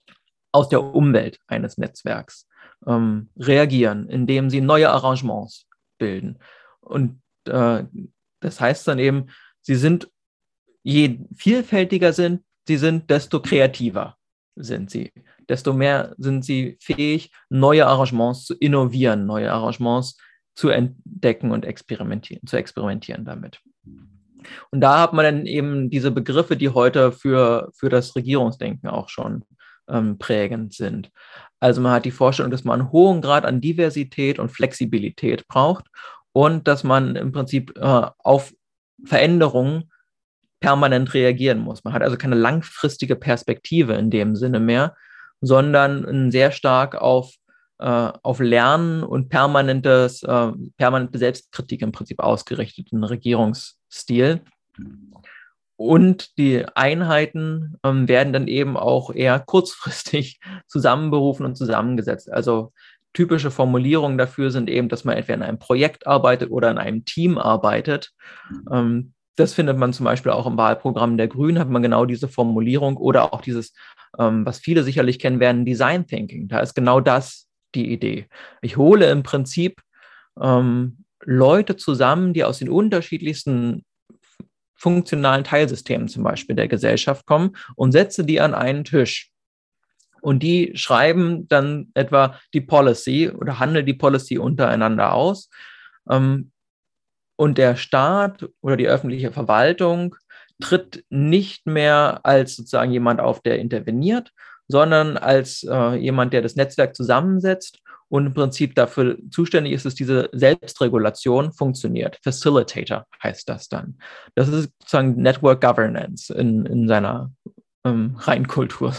aus der Umwelt eines Netzwerks reagieren, indem sie neue Arrangements bilden. Und das heißt dann eben, sie sind, je vielfältiger sie sind, desto kreativer sind sie. Desto mehr sind sie fähig, neue Arrangements zu innovieren, neue Arrangements zu entdecken und zu experimentieren damit. Und da hat man dann eben diese Begriffe, die heute für das Regierungsdenken auch schon prägend sind. Also man hat die Vorstellung, dass man einen hohen Grad an Diversität und Flexibilität braucht und dass man im Prinzip auf Veränderungen permanent reagieren muss. Man hat also keine langfristige Perspektive in dem Sinne mehr, sondern sehr stark auf Lernen und permanente Selbstkritik im Prinzip ausgerichteten Regierungsstil. Und die Einheiten werden dann eben auch eher kurzfristig zusammenberufen und zusammengesetzt. Also typische Formulierungen dafür sind eben, dass man entweder in einem Projekt arbeitet oder in einem Team arbeitet. Das findet man zum Beispiel auch im Wahlprogramm der Grünen, hat man genau diese Formulierung oder auch dieses, was viele sicherlich kennen werden, Design Thinking. Da ist genau das die Idee. Ich hole im Prinzip Leute zusammen, die aus den unterschiedlichsten funktionalen Teilsystemen zum Beispiel der Gesellschaft kommen und setze die an einen Tisch. Und die schreiben dann etwa die Policy oder handeln die Policy untereinander aus. Und der Staat oder die öffentliche Verwaltung tritt nicht mehr als sozusagen jemand auf, der interveniert, sondern als jemand, der das Netzwerk zusammensetzt und im Prinzip dafür zuständig ist, dass diese Selbstregulation funktioniert. Facilitator heißt das dann. Das ist sozusagen Network Governance in seiner Reinkultur.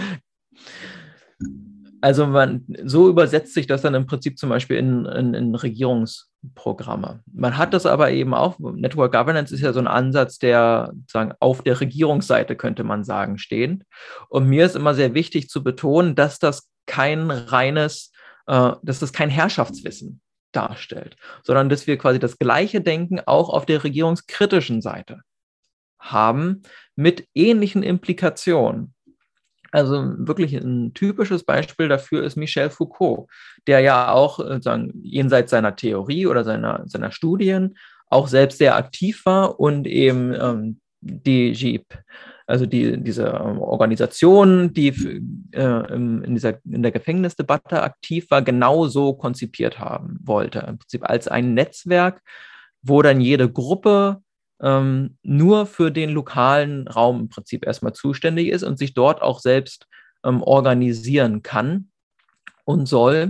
Also so übersetzt sich das dann im Prinzip zum Beispiel in Regierungsprogramme. Man hat das aber eben auch, Network Governance ist ja so ein Ansatz, der sozusagen auf der Regierungsseite, könnte man sagen, steht. Und mir ist immer sehr wichtig zu betonen, dass das kein Herrschaftswissen darstellt, sondern dass wir quasi das gleiche Denken auch auf der regierungskritischen Seite haben, mit ähnlichen Implikationen. Also wirklich ein typisches Beispiel dafür ist Michel Foucault, der ja auch jenseits seiner Theorie oder seiner Studien auch selbst sehr aktiv war und eben die GIP, also diese Organisation, die in der Gefängnisdebatte aktiv war, genauso konzipiert haben wollte. Im Prinzip als ein Netzwerk, wo dann jede Gruppe nur für den lokalen Raum im Prinzip erstmal zuständig ist und sich dort auch selbst organisieren kann und soll.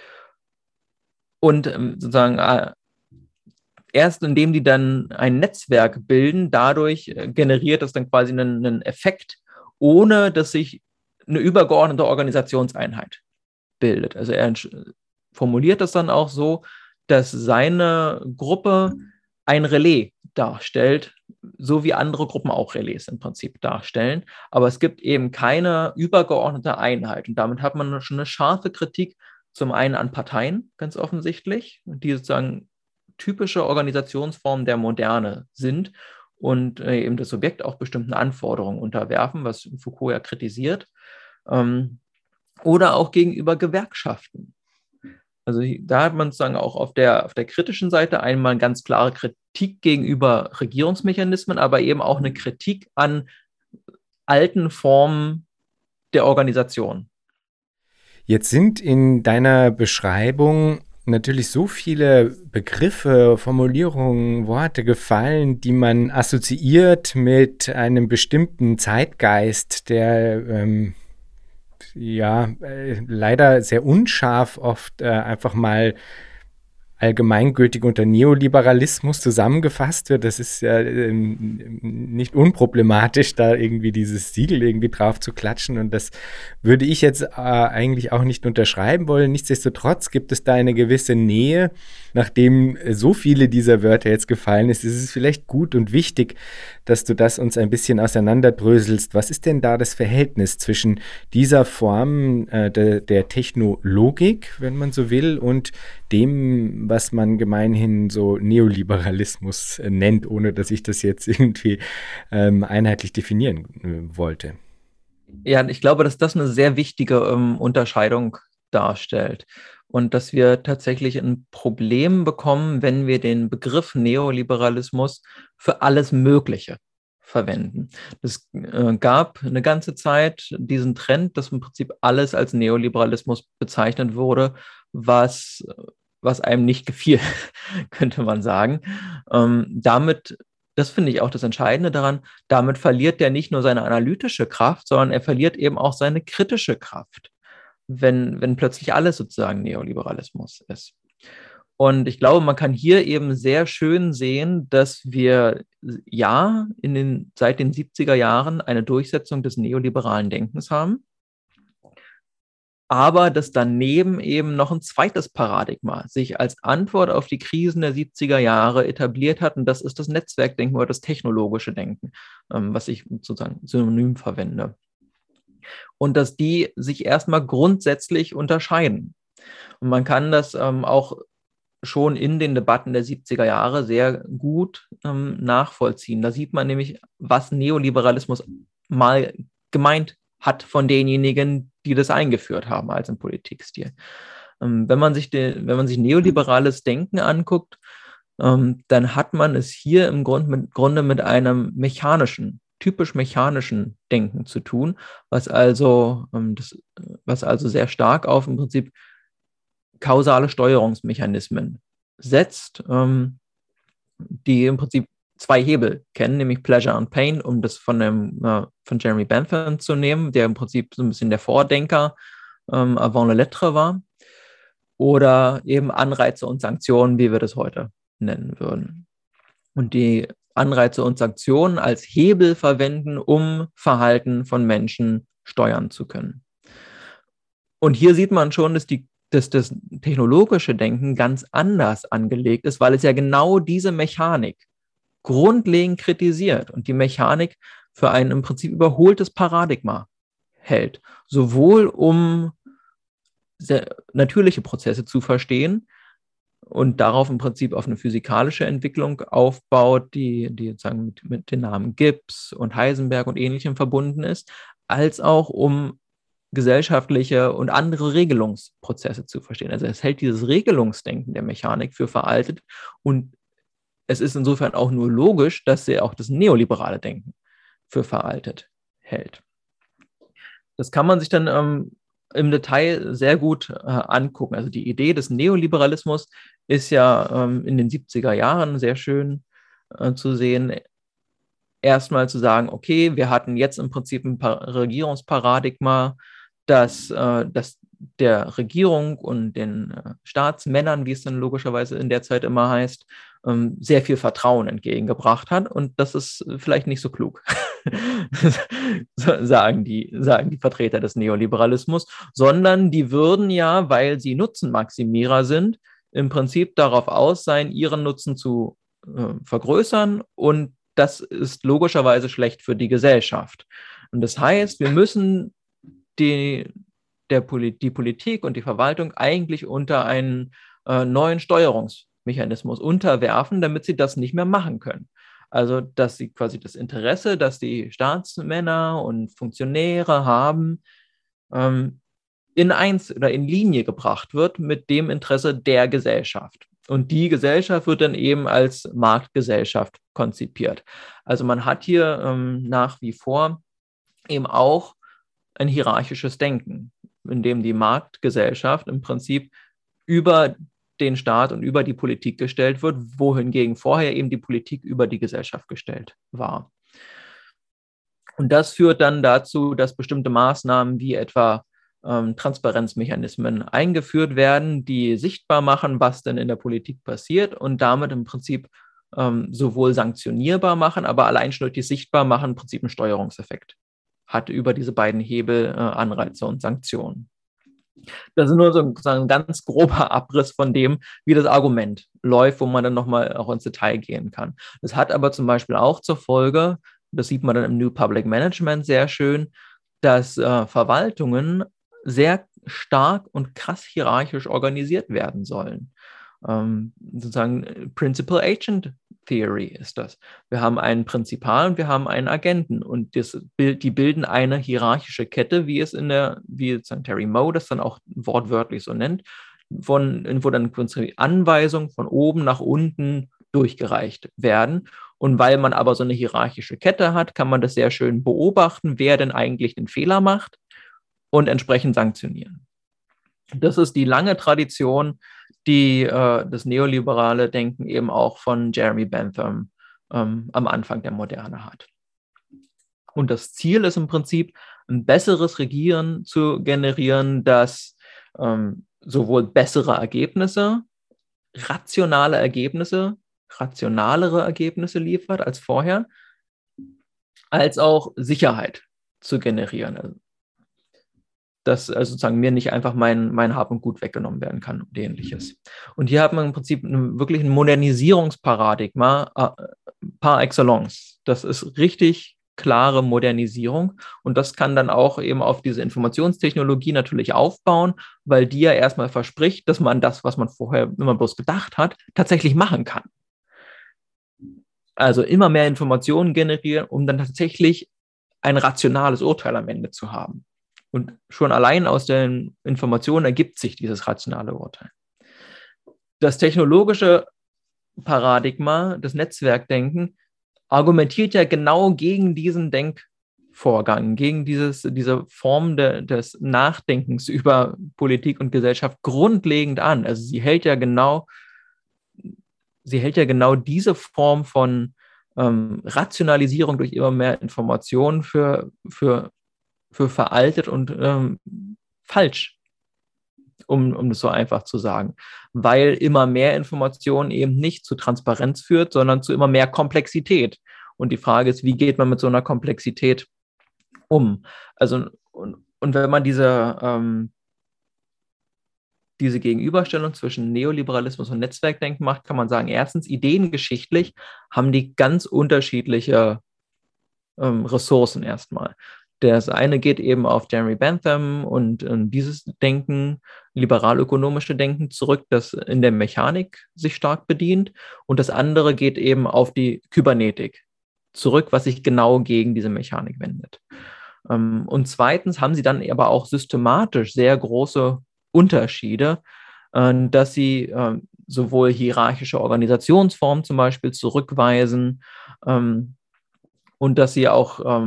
Und sozusagen erst indem die dann ein Netzwerk bilden, dadurch generiert das dann quasi einen Effekt, ohne dass sich eine übergeordnete Organisationseinheit bildet. Also er formuliert das dann auch so, dass seine Gruppe ein Relais darstellt, so wie andere Gruppen auch Relais im Prinzip darstellen. Aber es gibt eben keine übergeordnete Einheit. Und damit hat man schon eine scharfe Kritik zum einen an Parteien, ganz offensichtlich, die sozusagen typische Organisationsformen der Moderne sind und eben das Subjekt auch bestimmten Anforderungen unterwerfen, was Foucault ja kritisiert. Oder auch gegenüber Gewerkschaften. Also da hat man sozusagen auch auf der kritischen Seite einmal eine ganz klare Kritik gegenüber Regierungsmechanismen, aber eben auch eine Kritik an alten Formen der Organisation. Jetzt sind in deiner Beschreibung natürlich so viele Begriffe, Formulierungen, Worte gefallen, die man assoziiert mit einem bestimmten Zeitgeist, der leider sehr unscharf oft einfach mal allgemeingültig unter Neoliberalismus zusammengefasst wird. Das ist ja nicht unproblematisch, da irgendwie dieses Siegel irgendwie drauf zu klatschen, und das würde ich jetzt eigentlich auch nicht unterschreiben wollen. Nichtsdestotrotz gibt es da eine gewisse Nähe. Nachdem so viele dieser Wörter jetzt gefallen ist es vielleicht gut und wichtig, dass du das uns ein bisschen auseinanderdröselst. Was ist denn da das Verhältnis zwischen dieser Form der Technologik, wenn man so will, und dem, was man gemeinhin so Neoliberalismus nennt, ohne dass ich das jetzt irgendwie einheitlich definieren wollte? Ja, ich glaube, dass das eine sehr wichtige Unterscheidung darstellt. Und dass wir tatsächlich ein Problem bekommen, wenn wir den Begriff Neoliberalismus für alles Mögliche verwenden. Es gab eine ganze Zeit diesen Trend, dass im Prinzip alles als Neoliberalismus bezeichnet wurde, was einem nicht gefiel, könnte man sagen. Das finde ich auch das Entscheidende daran, damit verliert der nicht nur seine analytische Kraft, sondern er verliert eben auch seine kritische Kraft, wenn plötzlich alles sozusagen Neoliberalismus ist. Und ich glaube, man kann hier eben sehr schön sehen, dass wir seit den 70er Jahren eine Durchsetzung des neoliberalen Denkens haben, aber dass daneben eben noch ein zweites Paradigma sich als Antwort auf die Krisen der 70er Jahre etabliert hat, und das ist das Netzwerkdenken oder das technologische Denken, was ich sozusagen synonym verwende. Und dass die sich erstmal grundsätzlich unterscheiden. Und man kann das auch schon in den Debatten der 70er Jahre sehr gut nachvollziehen. Da sieht man nämlich, was Neoliberalismus mal gemeint hat von denjenigen, die das eingeführt haben als im Politikstil. Wenn man sich neoliberales Denken anguckt, dann hat man es hier im Grunde mit einem typisch mechanischen Denken zu tun, was also sehr stark auf im Prinzip kausale Steuerungsmechanismen setzt, die im Prinzip zwei Hebel kennen, nämlich Pleasure und Pain, um das von Jeremy Bentham zu nehmen, der im Prinzip so ein bisschen der Vordenker avant la lettre war, oder eben Anreize und Sanktionen, wie wir das heute nennen würden. Und die Anreize und Sanktionen als Hebel verwenden, um Verhalten von Menschen steuern zu können. Und hier sieht man schon, dass das technologische Denken ganz anders angelegt ist, weil es ja genau diese Mechanik grundlegend kritisiert und die Mechanik für ein im Prinzip überholtes Paradigma hält, sowohl um natürliche Prozesse zu verstehen und darauf im Prinzip auf eine physikalische Entwicklung aufbaut, die sozusagen mit den Namen Gibbs und Heisenberg und Ähnlichem verbunden ist, als auch um gesellschaftliche und andere Regelungsprozesse zu verstehen. Also es hält dieses Regelungsdenken der Mechanik für veraltet, und es ist insofern auch nur logisch, dass er auch das neoliberale Denken für veraltet hält. Das kann man sich dann im Detail sehr gut angucken. Also die Idee des Neoliberalismus ist ja in den 70er Jahren sehr schön zu sehen. Erstmal zu sagen, okay, wir hatten jetzt im Prinzip ein Regierungsparadigma, dass der Regierung und den Staatsmännern, wie es dann logischerweise in der Zeit immer heißt, sehr viel Vertrauen entgegengebracht hat. Und das ist vielleicht nicht so klug, sagen die Vertreter des Neoliberalismus, sondern die würden ja, weil sie Nutzenmaximierer sind, im Prinzip darauf aus sein, ihren Nutzen zu vergrößern, und das ist logischerweise schlecht für die Gesellschaft. Und das heißt, wir müssen die Politik und die Verwaltung eigentlich unter einen neuen Steuerungsmechanismus unterwerfen, damit sie das nicht mehr machen können. Also, dass sie quasi das Interesse, das die Staatsmänner und Funktionäre haben, in Linie gebracht wird mit dem Interesse der Gesellschaft. Und die Gesellschaft wird dann eben als Marktgesellschaft konzipiert. Also man hat hier nach wie vor eben auch ein hierarchisches Denken, in dem die Marktgesellschaft im Prinzip über den Staat und über die Politik gestellt wird, wohingegen vorher eben die Politik über die Gesellschaft gestellt war. Und das führt dann dazu, dass bestimmte Maßnahmen wie etwa Transparenzmechanismen eingeführt werden, die sichtbar machen, was denn in der Politik passiert, und damit im Prinzip sowohl sanktionierbar machen, aber allein schon durch die sichtbar machen, im Prinzip einen Steuerungseffekt hat über diese beiden Hebel, Anreize und Sanktionen. Das ist nur so ein ganz grober Abriss von dem, wie das Argument läuft, wo man dann nochmal auch ins Detail gehen kann. Das hat aber zum Beispiel auch zur Folge, das sieht man dann im New Public Management sehr schön, dass Verwaltungen sehr stark und krass hierarchisch organisiert werden sollen. Sozusagen Principal-Agent Theory ist das. Wir haben einen Prinzipal und wir haben einen Agenten und die bilden eine hierarchische Kette, wie Terry Moe das dann auch wortwörtlich so nennt, wo dann Anweisungen von oben nach unten durchgereicht werden. Und weil man aber so eine hierarchische Kette hat, kann man das sehr schön beobachten, wer denn eigentlich den Fehler macht und entsprechend sanktionieren. Das ist die lange Tradition, die das neoliberale Denken eben auch von Jeremy Bentham am Anfang der Moderne hat. Und das Ziel ist im Prinzip, ein besseres Regieren zu generieren, das sowohl bessere Ergebnisse, rationalere Ergebnisse liefert als vorher, als auch Sicherheit zu generieren. Dass sozusagen mir nicht einfach mein Hab und Gut weggenommen werden kann und ähnliches. Und hier hat man im Prinzip wirklich ein Modernisierungsparadigma par excellence. Das ist richtig klare Modernisierung und das kann dann auch eben auf diese Informationstechnologie natürlich aufbauen, weil die ja erstmal verspricht, dass man das, was man vorher immer bloß gedacht hat, tatsächlich machen kann. Also immer mehr Informationen generieren, um dann tatsächlich ein rationales Urteil am Ende zu haben. Und schon allein aus den Informationen ergibt sich dieses rationale Urteil. Das technologische Paradigma, das Netzwerkdenken, argumentiert ja genau gegen diesen Denkvorgang, gegen diese Form des Nachdenkens über Politik und Gesellschaft grundlegend an. Also sie hält ja genau diese Form von Rationalisierung durch immer mehr Informationen für veraltet und falsch, um das so einfach zu sagen. Weil immer mehr Information eben nicht zu Transparenz führt, sondern zu immer mehr Komplexität. Und die Frage ist, wie geht man mit so einer Komplexität um? Also, und wenn man diese Gegenüberstellung zwischen Neoliberalismus und Netzwerkdenken macht, kann man sagen, erstens, ideengeschichtlich haben die ganz unterschiedliche Ressourcen erstmal. Das eine geht eben auf Jeremy Bentham und dieses Denken, liberal-ökonomische Denken zurück, das in der Mechanik sich stark bedient. Und das andere geht eben auf die Kybernetik zurück, was sich genau gegen diese Mechanik wendet. Und zweitens haben sie dann aber auch systematisch sehr große Unterschiede, dass sie sowohl hierarchische Organisationsformen zum Beispiel zurückweisen und dass sie auch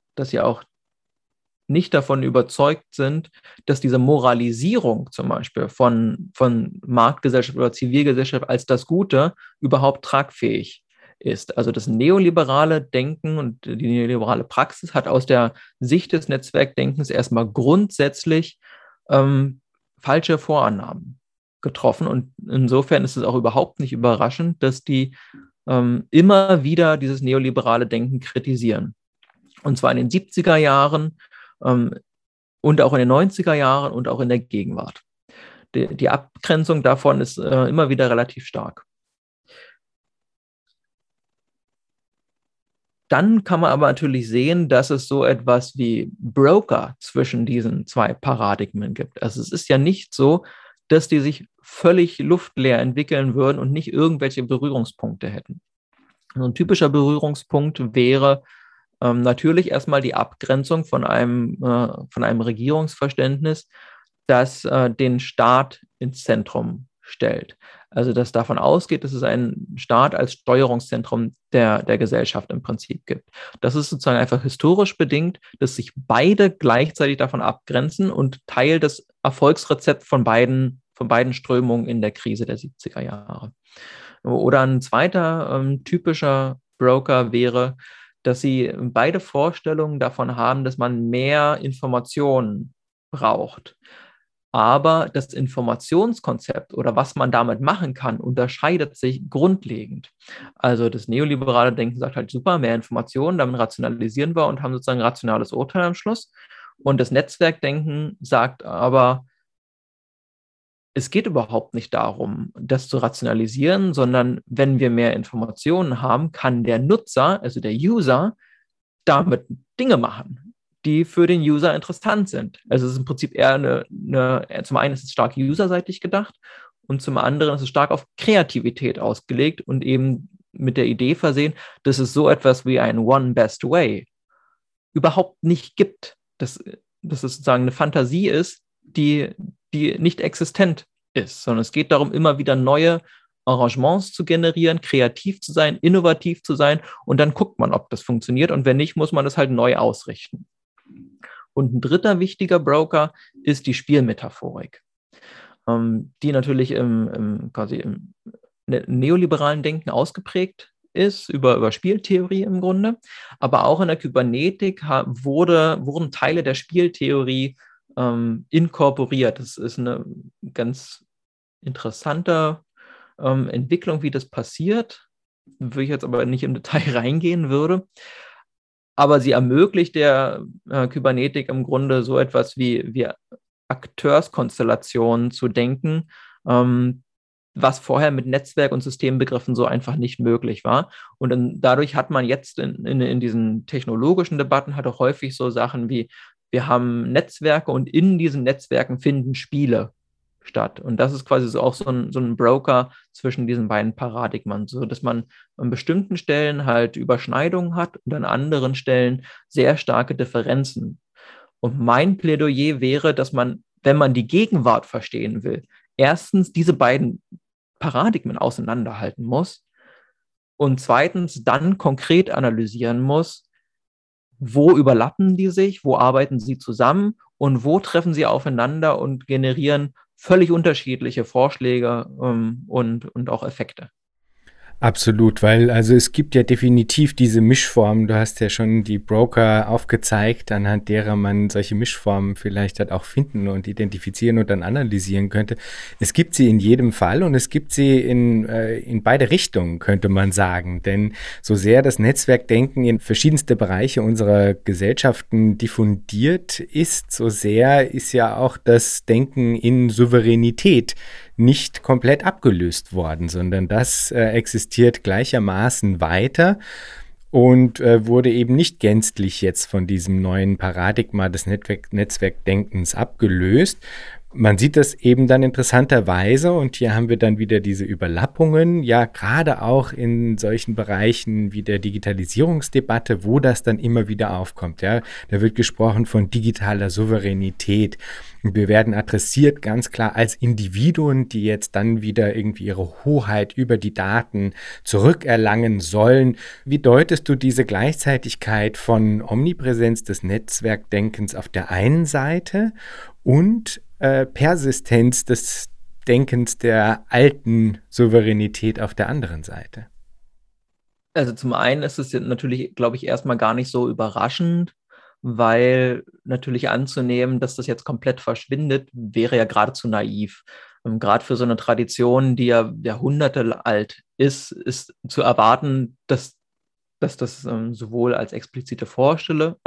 nicht davon überzeugt sind, dass diese Moralisierung zum Beispiel von Marktgesellschaft oder Zivilgesellschaft als das Gute überhaupt tragfähig ist. Also das neoliberale Denken und die neoliberale Praxis hat aus der Sicht des Netzwerkdenkens erstmal grundsätzlich falsche Vorannahmen getroffen. Und insofern ist es auch überhaupt nicht überraschend, dass die immer wieder dieses neoliberale Denken kritisieren. Und zwar in den 70er Jahren und auch in den 90er Jahren und auch in der Gegenwart. Die Abgrenzung davon ist immer wieder relativ stark. Dann kann man aber natürlich sehen, dass es so etwas wie Broker zwischen diesen zwei Paradigmen gibt. Also es ist ja nicht so, dass die sich völlig luftleer entwickeln würden und nicht irgendwelche Berührungspunkte hätten. Ein typischer Berührungspunkt wäre natürlich erstmal die Abgrenzung von einem Regierungsverständnis, das den Staat ins Zentrum stellt. Also das davon ausgeht, dass es einen Staat als Steuerungszentrum der Gesellschaft im Prinzip gibt. Das ist sozusagen einfach historisch bedingt, dass sich beide gleichzeitig davon abgrenzen und Teil des Erfolgsrezepts von beiden Strömungen in der Krise der 70er Jahre. Oder ein zweiter typischer Broker wäre, dass sie beide Vorstellungen davon haben, dass man mehr Informationen braucht. Aber das Informationskonzept oder was man damit machen kann, unterscheidet sich grundlegend. Also das neoliberale Denken sagt halt, super, mehr Informationen, damit rationalisieren wir und haben sozusagen ein rationales Urteil am Schluss. Und das Netzwerkdenken sagt aber, es geht überhaupt nicht darum, das zu rationalisieren, sondern wenn wir mehr Informationen haben, kann der Nutzer, also der User, damit Dinge machen, die für den User interessant sind. Also es ist im Prinzip eher zum einen ist es stark userseitig gedacht und zum anderen ist es stark auf Kreativität ausgelegt und eben mit der Idee versehen, dass es so etwas wie ein One Best Way überhaupt nicht gibt. Dass es sozusagen eine Fantasie ist, die nicht existent ist, sondern es geht darum, immer wieder neue Arrangements zu generieren, kreativ zu sein, innovativ zu sein und dann guckt man, ob das funktioniert und wenn nicht, muss man das halt neu ausrichten. Und ein dritter wichtiger Broker ist die Spielmetaphorik, die natürlich quasi im neoliberalen Denken ausgeprägt ist, über Spieltheorie im Grunde, aber auch in der Kybernetik wurden Teile der Spieltheorie inkorporiert. Das ist eine ganz interessante Entwicklung, wie das passiert, würde ich jetzt aber nicht im Detail reingehen würde. Aber sie ermöglicht der Kybernetik im Grunde so etwas wie Akteurskonstellationen zu denken, was vorher mit Netzwerk- und Systembegriffen so einfach nicht möglich war. Und dadurch hat man jetzt in diesen technologischen Debatten hat auch häufig so Sachen wie, wir haben Netzwerke und in diesen Netzwerken finden Spiele statt. Und das ist quasi so auch so ein Broker zwischen diesen beiden Paradigmen, so dass man an bestimmten Stellen halt Überschneidungen hat und an anderen Stellen sehr starke Differenzen. Und mein Plädoyer wäre, dass man, wenn man die Gegenwart verstehen will, erstens diese beiden Paradigmen auseinanderhalten muss und zweitens dann konkret analysieren muss, wo überlappen die sich, wo arbeiten sie zusammen und wo treffen sie aufeinander und generieren völlig unterschiedliche Vorschläge und auch Effekte. Absolut, weil also es gibt ja definitiv diese Mischformen. Du hast ja schon die Broker aufgezeigt, anhand derer man solche Mischformen vielleicht halt auch finden und identifizieren und dann analysieren könnte. Es gibt sie in jedem Fall und es gibt sie in beide Richtungen, könnte man sagen. Denn so sehr das Netzwerkdenken in verschiedenste Bereiche unserer Gesellschaften diffundiert ist, so sehr ist ja auch das Denken in Souveränität nicht komplett abgelöst worden, sondern das existiert gleichermaßen weiter und wurde eben nicht gänzlich jetzt von diesem neuen Paradigma des Netzwerkdenkens abgelöst. Man sieht das eben dann interessanterweise und hier haben wir dann wieder diese Überlappungen, ja gerade auch in solchen Bereichen wie der Digitalisierungsdebatte, wo das dann immer wieder aufkommt. Ja, da wird gesprochen von digitaler Souveränität. Und wir werden adressiert ganz klar als Individuen, die jetzt dann wieder irgendwie ihre Hoheit über die Daten zurückerlangen sollen. Wie deutest du diese Gleichzeitigkeit von Omnipräsenz des Netzwerkdenkens auf der einen Seite und Persistenz des Denkens der alten Souveränität auf der anderen Seite? Also zum einen ist es natürlich, glaube ich, erstmal gar nicht so überraschend, weil natürlich anzunehmen, dass das jetzt komplett verschwindet, wäre ja geradezu naiv. Gerade für so eine Tradition, die ja Jahrhunderte alt ist zu erwarten, dass das sowohl als explizite Vorschläge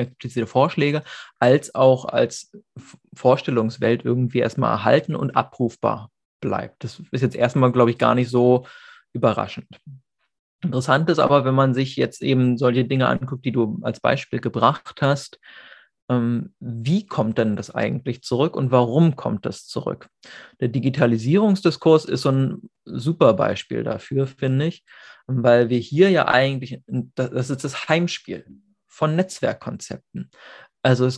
als auch als Vorstellungswelt irgendwie erstmal erhalten und abrufbar bleibt. Das ist jetzt erstmal, glaube ich, gar nicht so überraschend. Interessant ist aber, wenn man sich jetzt eben solche Dinge anguckt, die du als Beispiel gebracht hast, wie kommt denn das eigentlich zurück und warum kommt das zurück? Der Digitalisierungsdiskurs ist so ein super Beispiel dafür, finde ich, weil wir hier ja eigentlich, das ist das Heimspiel von Netzwerkkonzepten. Also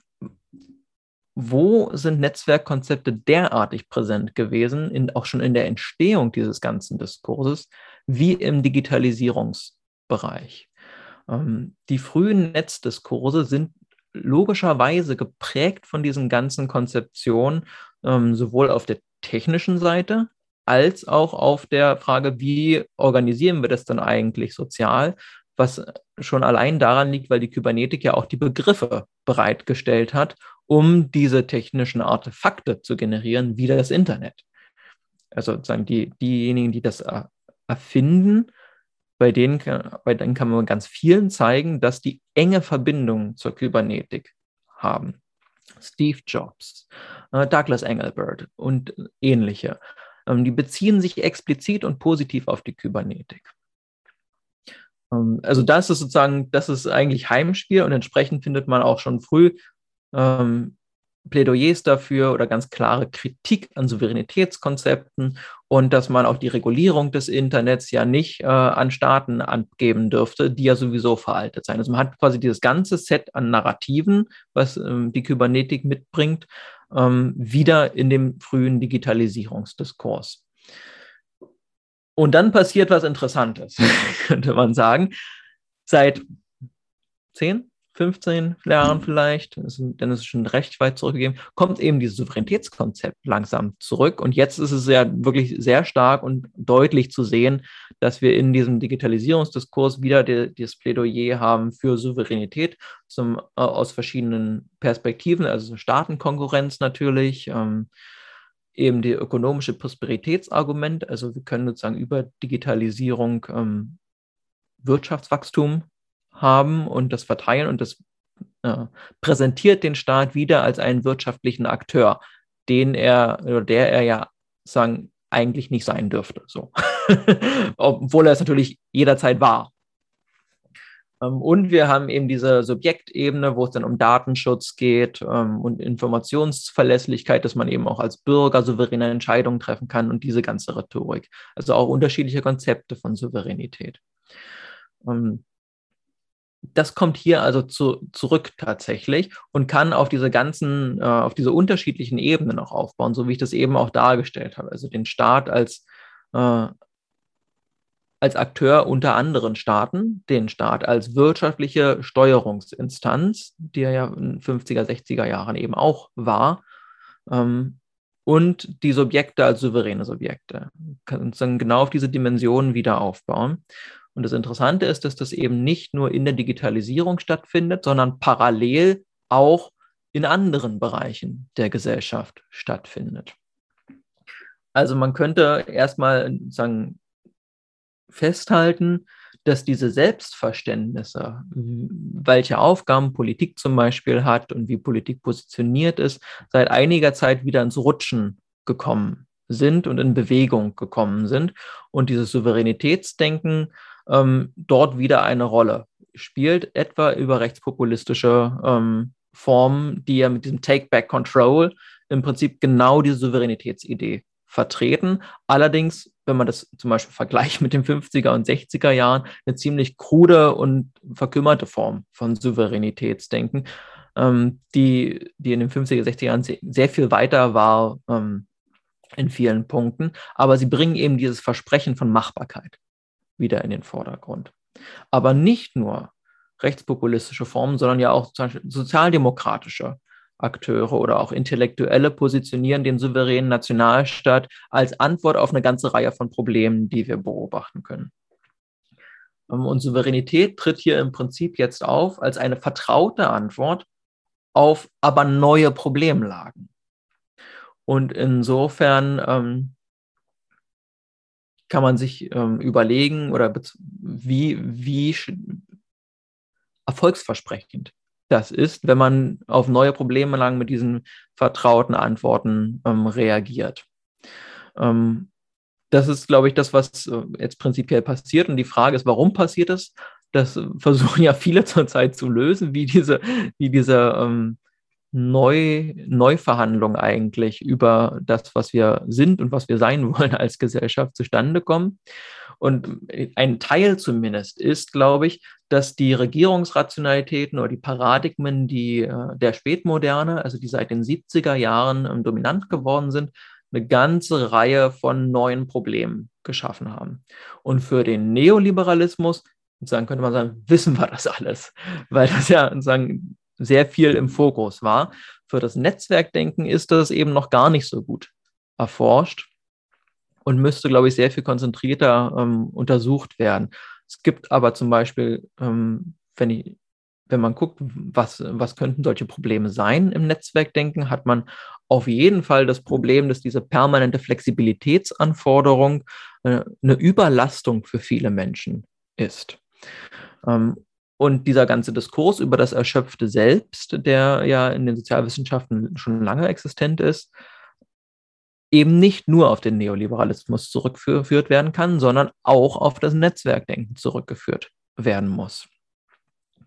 wo sind Netzwerkkonzepte derartig präsent gewesen, auch schon in der Entstehung dieses ganzen Diskurses, wie im Digitalisierungsbereich? Die frühen Netzdiskurse sind logischerweise geprägt von diesen ganzen Konzeptionen, sowohl auf der technischen Seite als auch auf der Frage, wie organisieren wir das dann eigentlich sozial, was schon allein daran liegt, weil die Kybernetik ja auch die Begriffe bereitgestellt hat, um diese technischen Artefakte zu generieren, wie das Internet. Also sozusagen diejenigen, die das erfinden, bei denen kann man ganz vielen zeigen, dass die enge Verbindung zur Kybernetik haben. Steve Jobs, Douglas Engelbart und ähnliche. Die beziehen sich explizit und positiv auf die Kybernetik. Also das ist eigentlich Heimspiel und entsprechend findet man auch schon früh Plädoyers dafür oder ganz klare Kritik an Souveränitätskonzepten und dass man auch die Regulierung des Internets ja nicht an Staaten abgeben dürfte, die ja sowieso veraltet seien. Also man hat quasi dieses ganze Set an Narrativen, was die Kybernetik mitbringt, wieder in dem frühen Digitalisierungsdiskurs. Und dann passiert was Interessantes, könnte man sagen. Seit 10, 15 Jahren vielleicht, denn es ist schon recht weit zurückgegeben, kommt eben dieses Souveränitätskonzept langsam zurück. Und jetzt ist es ja wirklich sehr stark und deutlich zu sehen, dass wir in diesem Digitalisierungsdiskurs wieder das Plädoyer haben für Souveränität aus verschiedenen Perspektiven, also Staatenkonkurrenz natürlich, eben die ökonomische Prosperitätsargument, also wir können sozusagen über Digitalisierung Wirtschaftswachstum haben und das verteilen und das präsentiert den Staat wieder als einen wirtschaftlichen Akteur, der er ja sagen eigentlich nicht sein dürfte, so. Obwohl er es natürlich jederzeit war. Und wir haben eben diese Subjektebene, wo es dann um Datenschutz geht und Informationsverlässlichkeit, dass man eben auch als Bürger souveräne Entscheidungen treffen kann und diese ganze Rhetorik. Also auch unterschiedliche Konzepte von Souveränität. Das kommt hier also zurück tatsächlich und kann auf diese unterschiedlichen Ebenen auch aufbauen, so wie ich das eben auch dargestellt habe. Also den Staat als Akteur unter anderen Staaten, den Staat als wirtschaftliche Steuerungsinstanz, die er ja in den 50er, 60er Jahren eben auch war, und die Subjekte als souveräne Subjekte. Kann dann genau auf diese Dimensionen wieder aufbauen. Und das Interessante ist, dass das eben nicht nur in der Digitalisierung stattfindet, sondern parallel auch in anderen Bereichen der Gesellschaft stattfindet. Also man könnte erstmal sagen, festhalten, dass diese Selbstverständnisse, welche Aufgaben Politik zum Beispiel hat und wie Politik positioniert ist, seit einiger Zeit wieder ins Rutschen gekommen sind und in Bewegung gekommen sind und dieses Souveränitätsdenken dort wieder eine Rolle spielt, etwa über rechtspopulistische Formen, die ja mit diesem Take Back Control im Prinzip genau diese Souveränitätsidee vertreten. Allerdings, wenn man das zum Beispiel vergleicht mit den 50er und 60er Jahren, eine ziemlich krude und verkümmerte Form von Souveränitätsdenken, die in den 50er, 60er Jahren sehr viel weiter war in vielen Punkten. Aber sie bringen eben dieses Versprechen von Machbarkeit wieder in den Vordergrund. Aber nicht nur rechtspopulistische Formen, sondern ja auch zum Beispiel sozialdemokratische Akteure oder auch Intellektuelle positionieren den souveränen Nationalstaat als Antwort auf eine ganze Reihe von Problemen, die wir beobachten können. Und Souveränität tritt hier im Prinzip jetzt auf als eine vertraute Antwort auf aber neue Problemlagen. Und insofern kann man sich überlegen, oder wie erfolgsversprechend das ist, wenn man auf neue Problemlagen mit diesen vertrauten Antworten reagiert. Das ist, glaube ich, das, was jetzt prinzipiell passiert. Und die Frage ist, warum passiert das? Das versuchen ja viele zurzeit zu lösen, wie diese Neuverhandlung eigentlich über das, was wir sind und was wir sein wollen als Gesellschaft zustande kommen. Und ein Teil zumindest ist, glaube ich, dass die Regierungsrationalitäten oder die Paradigmen, der Spätmoderne, also die seit den 70er Jahren dominant geworden sind, eine ganze Reihe von neuen Problemen geschaffen haben. Und für den Neoliberalismus, könnte man sagen, wissen wir das alles, weil das ja sehr viel im Fokus war. Für das Netzwerkdenken ist das eben noch gar nicht so gut erforscht und müsste, glaube ich, sehr viel konzentrierter untersucht werden. Es gibt aber zum Beispiel, wenn man guckt, was könnten solche Probleme sein im Netzwerkdenken, hat man auf jeden Fall das Problem, dass diese permanente Flexibilitätsanforderung eine Überlastung für viele Menschen ist. Und dieser ganze Diskurs über das erschöpfte Selbst, der ja in den Sozialwissenschaften schon lange existent ist, eben nicht nur auf den Neoliberalismus zurückgeführt werden kann, sondern auch auf das Netzwerkdenken zurückgeführt werden muss.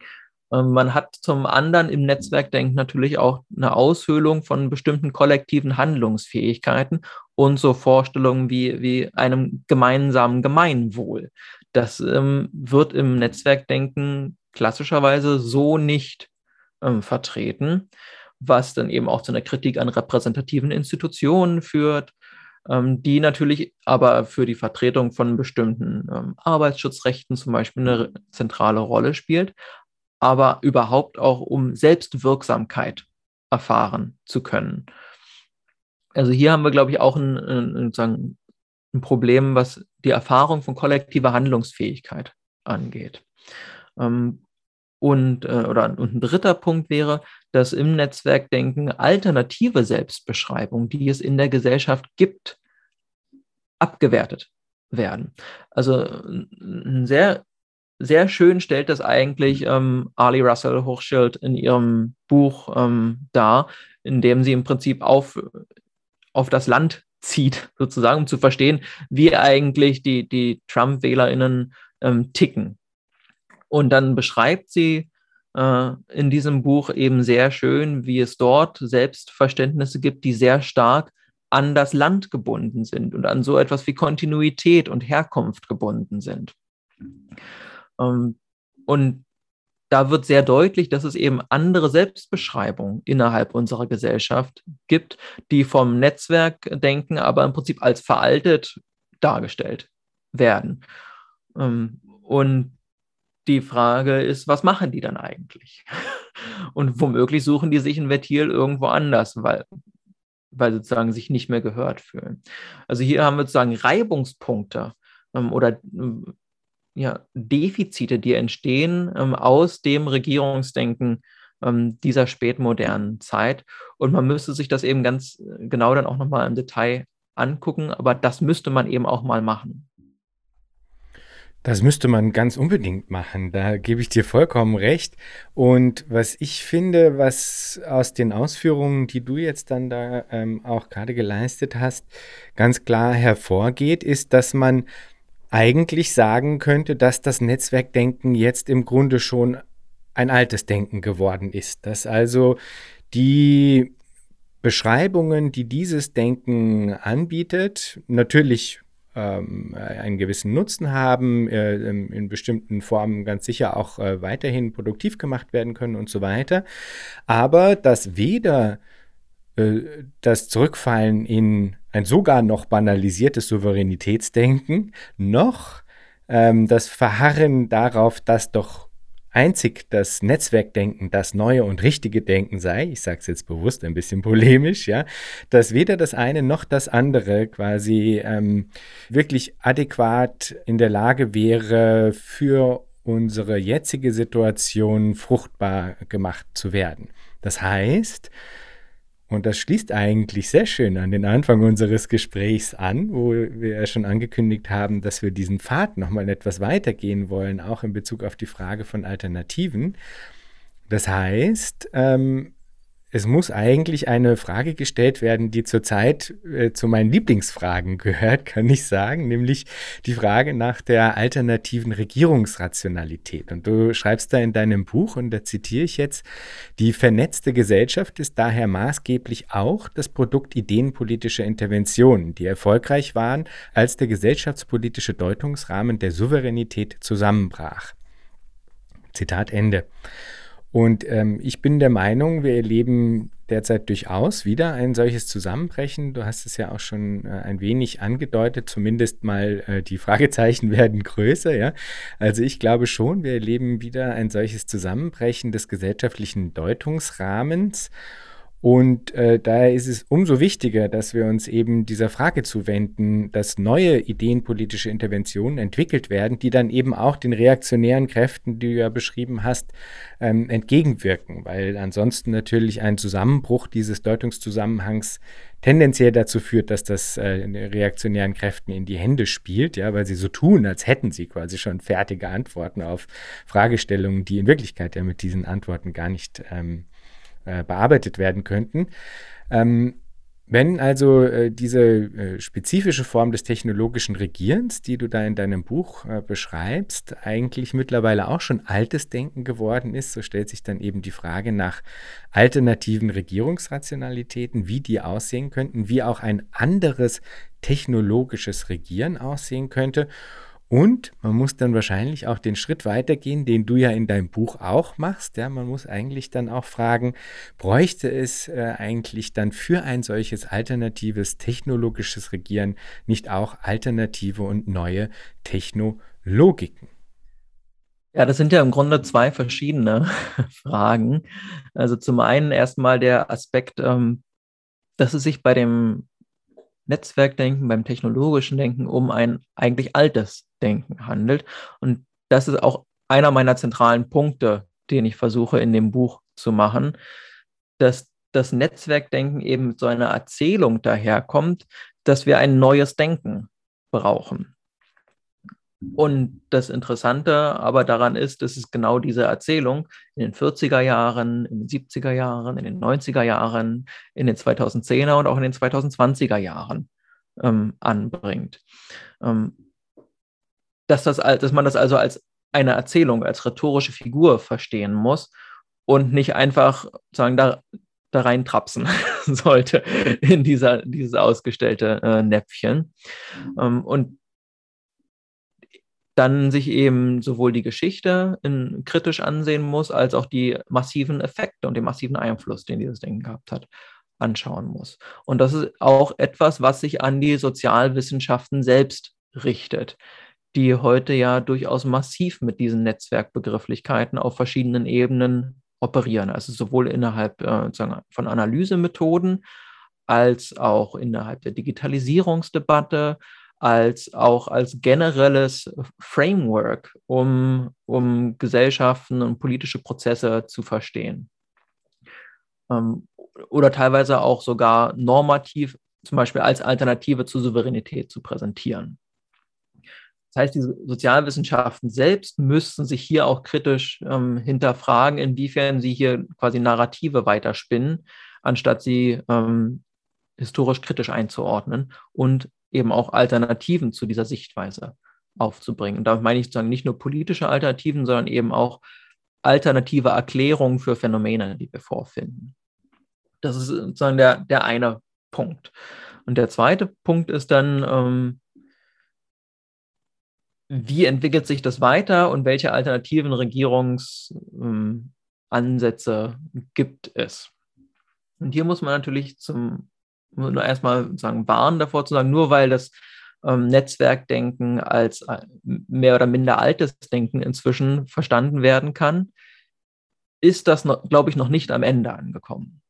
Man hat zum anderen im Netzwerkdenken natürlich auch eine Aushöhlung von bestimmten kollektiven Handlungsfähigkeiten und so Vorstellungen wie einem gemeinsamen Gemeinwohl. Das wird im Netzwerkdenken klassischerweise so nicht vertreten, was dann eben auch zu einer Kritik an repräsentativen Institutionen führt, die natürlich aber für die Vertretung von bestimmten Arbeitsschutzrechten zum Beispiel eine zentrale Rolle spielt, aber überhaupt auch um Selbstwirksamkeit erfahren zu können. Also hier haben wir, glaube ich, auch ein Problem, was die Erfahrung von kollektiver Handlungsfähigkeit angeht. Und ein dritter Punkt wäre, dass im Netzwerkdenken alternative Selbstbeschreibungen, die es in der Gesellschaft gibt, abgewertet werden. Also sehr, sehr schön stellt das eigentlich Ali Russell Hochschild in ihrem Buch dar, in dem sie im Prinzip auf das Land zieht, sozusagen, um zu verstehen, wie eigentlich die Trump-WählerInnen ticken. Und dann beschreibt sie in diesem Buch eben sehr schön, wie es dort Selbstverständnisse gibt, die sehr stark an das Land gebunden sind und an so etwas wie Kontinuität und Herkunft gebunden sind. Und da wird sehr deutlich, dass es eben andere Selbstbeschreibungen innerhalb unserer Gesellschaft gibt, die vom Netzwerkdenken aber im Prinzip als veraltet dargestellt werden. Und die Frage ist, was machen die dann eigentlich? Und womöglich suchen die sich ein Ventil irgendwo anders, weil sozusagen sich nicht mehr gehört fühlen. Also hier haben wir sozusagen Reibungspunkte oder Defizite, die entstehen aus dem Regierungsdenken dieser spätmodernen Zeit. Und man müsste sich das eben ganz genau dann auch nochmal im Detail angucken, aber das müsste man eben auch mal machen. Das müsste man ganz unbedingt machen, da gebe ich dir vollkommen recht. Und was ich finde, was aus den Ausführungen, die du jetzt dann da auch gerade geleistet hast, ganz klar hervorgeht, ist, dass man eigentlich sagen könnte, dass das Netzwerkdenken jetzt im Grunde schon ein altes Denken geworden ist. Dass also die Beschreibungen, die dieses Denken anbietet, natürlich einen gewissen Nutzen haben, in bestimmten Formen ganz sicher auch weiterhin produktiv gemacht werden können und so weiter. Aber dass weder das Zurückfallen in ein sogar noch banalisiertes Souveränitätsdenken, noch das Verharren darauf, dass doch einzig das Netzwerkdenken das neue und richtige Denken sei, ich sage es jetzt bewusst ein bisschen polemisch, ja, dass weder das eine noch das andere quasi wirklich adäquat in der Lage wäre, für unsere jetzige Situation fruchtbar gemacht zu werden. Das heißt, und das schließt eigentlich sehr schön an den Anfang unseres Gesprächs an, wo wir ja schon angekündigt haben, dass wir diesen Pfad nochmal etwas weitergehen wollen, auch in Bezug auf die Frage von Alternativen. Das heißt, es muss eigentlich eine Frage gestellt werden, die zurzeit zu meinen Lieblingsfragen gehört, kann ich sagen, nämlich die Frage nach der alternativen Regierungsrationalität. Und du schreibst da in deinem Buch, und da zitiere ich jetzt, die vernetzte Gesellschaft ist daher maßgeblich auch das Produkt ideenpolitischer Interventionen, die erfolgreich waren, als der gesellschaftspolitische Deutungsrahmen der Souveränität zusammenbrach. Zitat Ende. Und ich bin der Meinung, wir erleben derzeit durchaus wieder ein solches Zusammenbrechen. Du hast es ja auch schon ein wenig angedeutet, zumindest mal die Fragezeichen werden größer. Ja? Also ich glaube schon, wir erleben wieder ein solches Zusammenbrechen des gesellschaftlichen Deutungsrahmens. Und daher ist es umso wichtiger, dass wir uns eben dieser Frage zuwenden, dass neue ideenpolitische Interventionen entwickelt werden, die dann eben auch den reaktionären Kräften, die du ja beschrieben hast, entgegenwirken, weil ansonsten natürlich ein Zusammenbruch dieses Deutungszusammenhangs tendenziell dazu führt, dass das reaktionären Kräften in die Hände spielt, ja, weil sie so tun, als hätten sie quasi schon fertige Antworten auf Fragestellungen, die in Wirklichkeit ja mit diesen Antworten gar nicht bearbeitet werden könnten. Wenn also diese spezifische Form des technologischen Regierens, die du da in deinem Buch beschreibst, eigentlich mittlerweile auch schon altes Denken geworden ist, so stellt sich dann eben die Frage nach alternativen Regierungsrationalitäten, wie die aussehen könnten, wie auch ein anderes technologisches Regieren aussehen könnte. Und man muss dann wahrscheinlich auch den Schritt weitergehen, den du ja in deinem Buch auch machst. Ja, man muss eigentlich dann auch fragen, bräuchte es eigentlich dann für ein solches alternatives technologisches Regieren nicht auch alternative und neue Technologiken? Ja, das sind ja im Grunde zwei verschiedene Fragen. Also zum einen erstmal der Aspekt, dass es sich bei dem Netzwerkdenken, beim technologischen Denken um ein eigentlich altes Denken handelt. Und das ist auch einer meiner zentralen Punkte, den ich versuche in dem Buch zu machen, dass das Netzwerkdenken eben mit so einer Erzählung daherkommt, dass wir ein neues Denken brauchen. Und das Interessante aber daran ist, dass es genau diese Erzählung in den 40er Jahren, in den 70er Jahren, in den 90er Jahren, in den 2010er und auch in den 2020er Jahren anbringt. Dass man das also als eine Erzählung, als rhetorische Figur verstehen muss und nicht einfach sagen, da reintrapsen sollte in dieses ausgestellte Näpfchen. Und dann sich eben sowohl die Geschichte kritisch ansehen muss, als auch die massiven Effekte und den massiven Einfluss, den dieses Denken gehabt hat, anschauen muss. Und das ist auch etwas, was sich an die Sozialwissenschaften selbst richtet, die heute ja durchaus massiv mit diesen Netzwerkbegrifflichkeiten auf verschiedenen Ebenen operieren. Also sowohl innerhalb von Analysemethoden als auch innerhalb der Digitalisierungsdebatte, als auch als generelles Framework, um Gesellschaften und politische Prozesse zu verstehen. Oder teilweise auch sogar normativ, zum Beispiel als Alternative zur Souveränität zu präsentieren. Das heißt, die Sozialwissenschaften selbst müssten sich hier auch kritisch hinterfragen, inwiefern sie hier quasi Narrative weiterspinnen, anstatt sie historisch kritisch einzuordnen und eben auch Alternativen zu dieser Sichtweise aufzubringen. Und damit meine ich sozusagen nicht nur politische Alternativen, sondern eben auch alternative Erklärungen für Phänomene, die wir vorfinden. Das ist sozusagen der eine Punkt. Und der zweite Punkt ist dann, wie entwickelt sich das weiter und welche alternativen Regierungsansätze gibt es? Und hier muss man natürlich nur erstmal sozusagen warnen davor zu sagen, nur weil das Netzwerkdenken als mehr oder minder altes Denken inzwischen verstanden werden kann, ist das, glaube ich, noch nicht am Ende angekommen.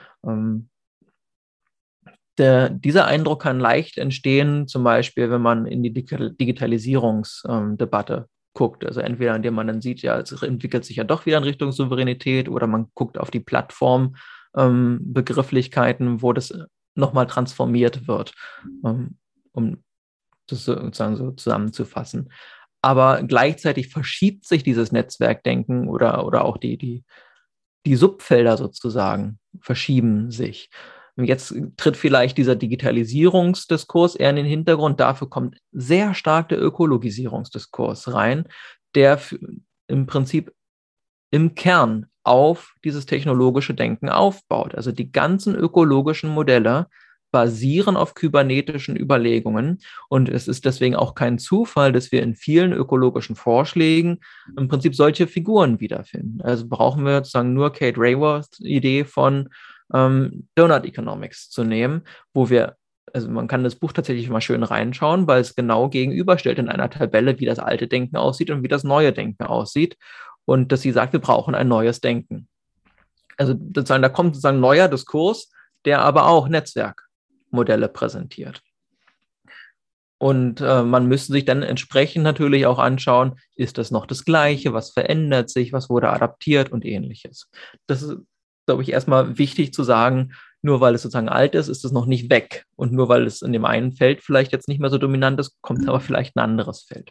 Dieser Eindruck kann leicht entstehen, zum Beispiel, wenn man in die Digitalisierungsdebatte guckt. Also entweder indem man dann sieht, ja, es entwickelt sich ja doch wieder in Richtung Souveränität, oder man guckt auf die Plattformbegrifflichkeiten, wo das nochmal transformiert wird, um das sozusagen so zusammenzufassen. Aber gleichzeitig verschiebt sich dieses Netzwerkdenken oder auch die Subfelder sozusagen verschieben sich. Und jetzt tritt vielleicht dieser Digitalisierungsdiskurs eher in den Hintergrund. Dafür kommt sehr stark der Ökologisierungsdiskurs rein, der im Prinzip im Kern auf dieses technologische Denken aufbaut. Also die ganzen ökologischen Modelle basieren auf kybernetischen Überlegungen. Und es ist deswegen auch kein Zufall, dass wir in vielen ökologischen Vorschlägen im Prinzip solche Figuren wiederfinden. Also brauchen wir sozusagen nur Kate Raworths Idee von Donut Economics zu nehmen, wo also man kann das Buch tatsächlich mal schön reinschauen, weil es genau gegenüberstellt in einer Tabelle, wie das alte Denken aussieht und wie das neue Denken aussieht. Und dass sie sagt, wir brauchen ein neues Denken. Also sozusagen, da kommt sozusagen ein neuer Diskurs, der aber auch Netzwerkmodelle präsentiert. Und man müsste sich dann entsprechend natürlich auch anschauen, ist das noch das Gleiche, was verändert sich, was wurde adaptiert und ähnliches. Das ist, glaube ich, erstmal wichtig zu sagen, nur weil es sozusagen alt ist, ist es noch nicht weg. Und nur weil es in dem einen Feld vielleicht jetzt nicht mehr so dominant ist, kommt aber vielleicht ein anderes Feld.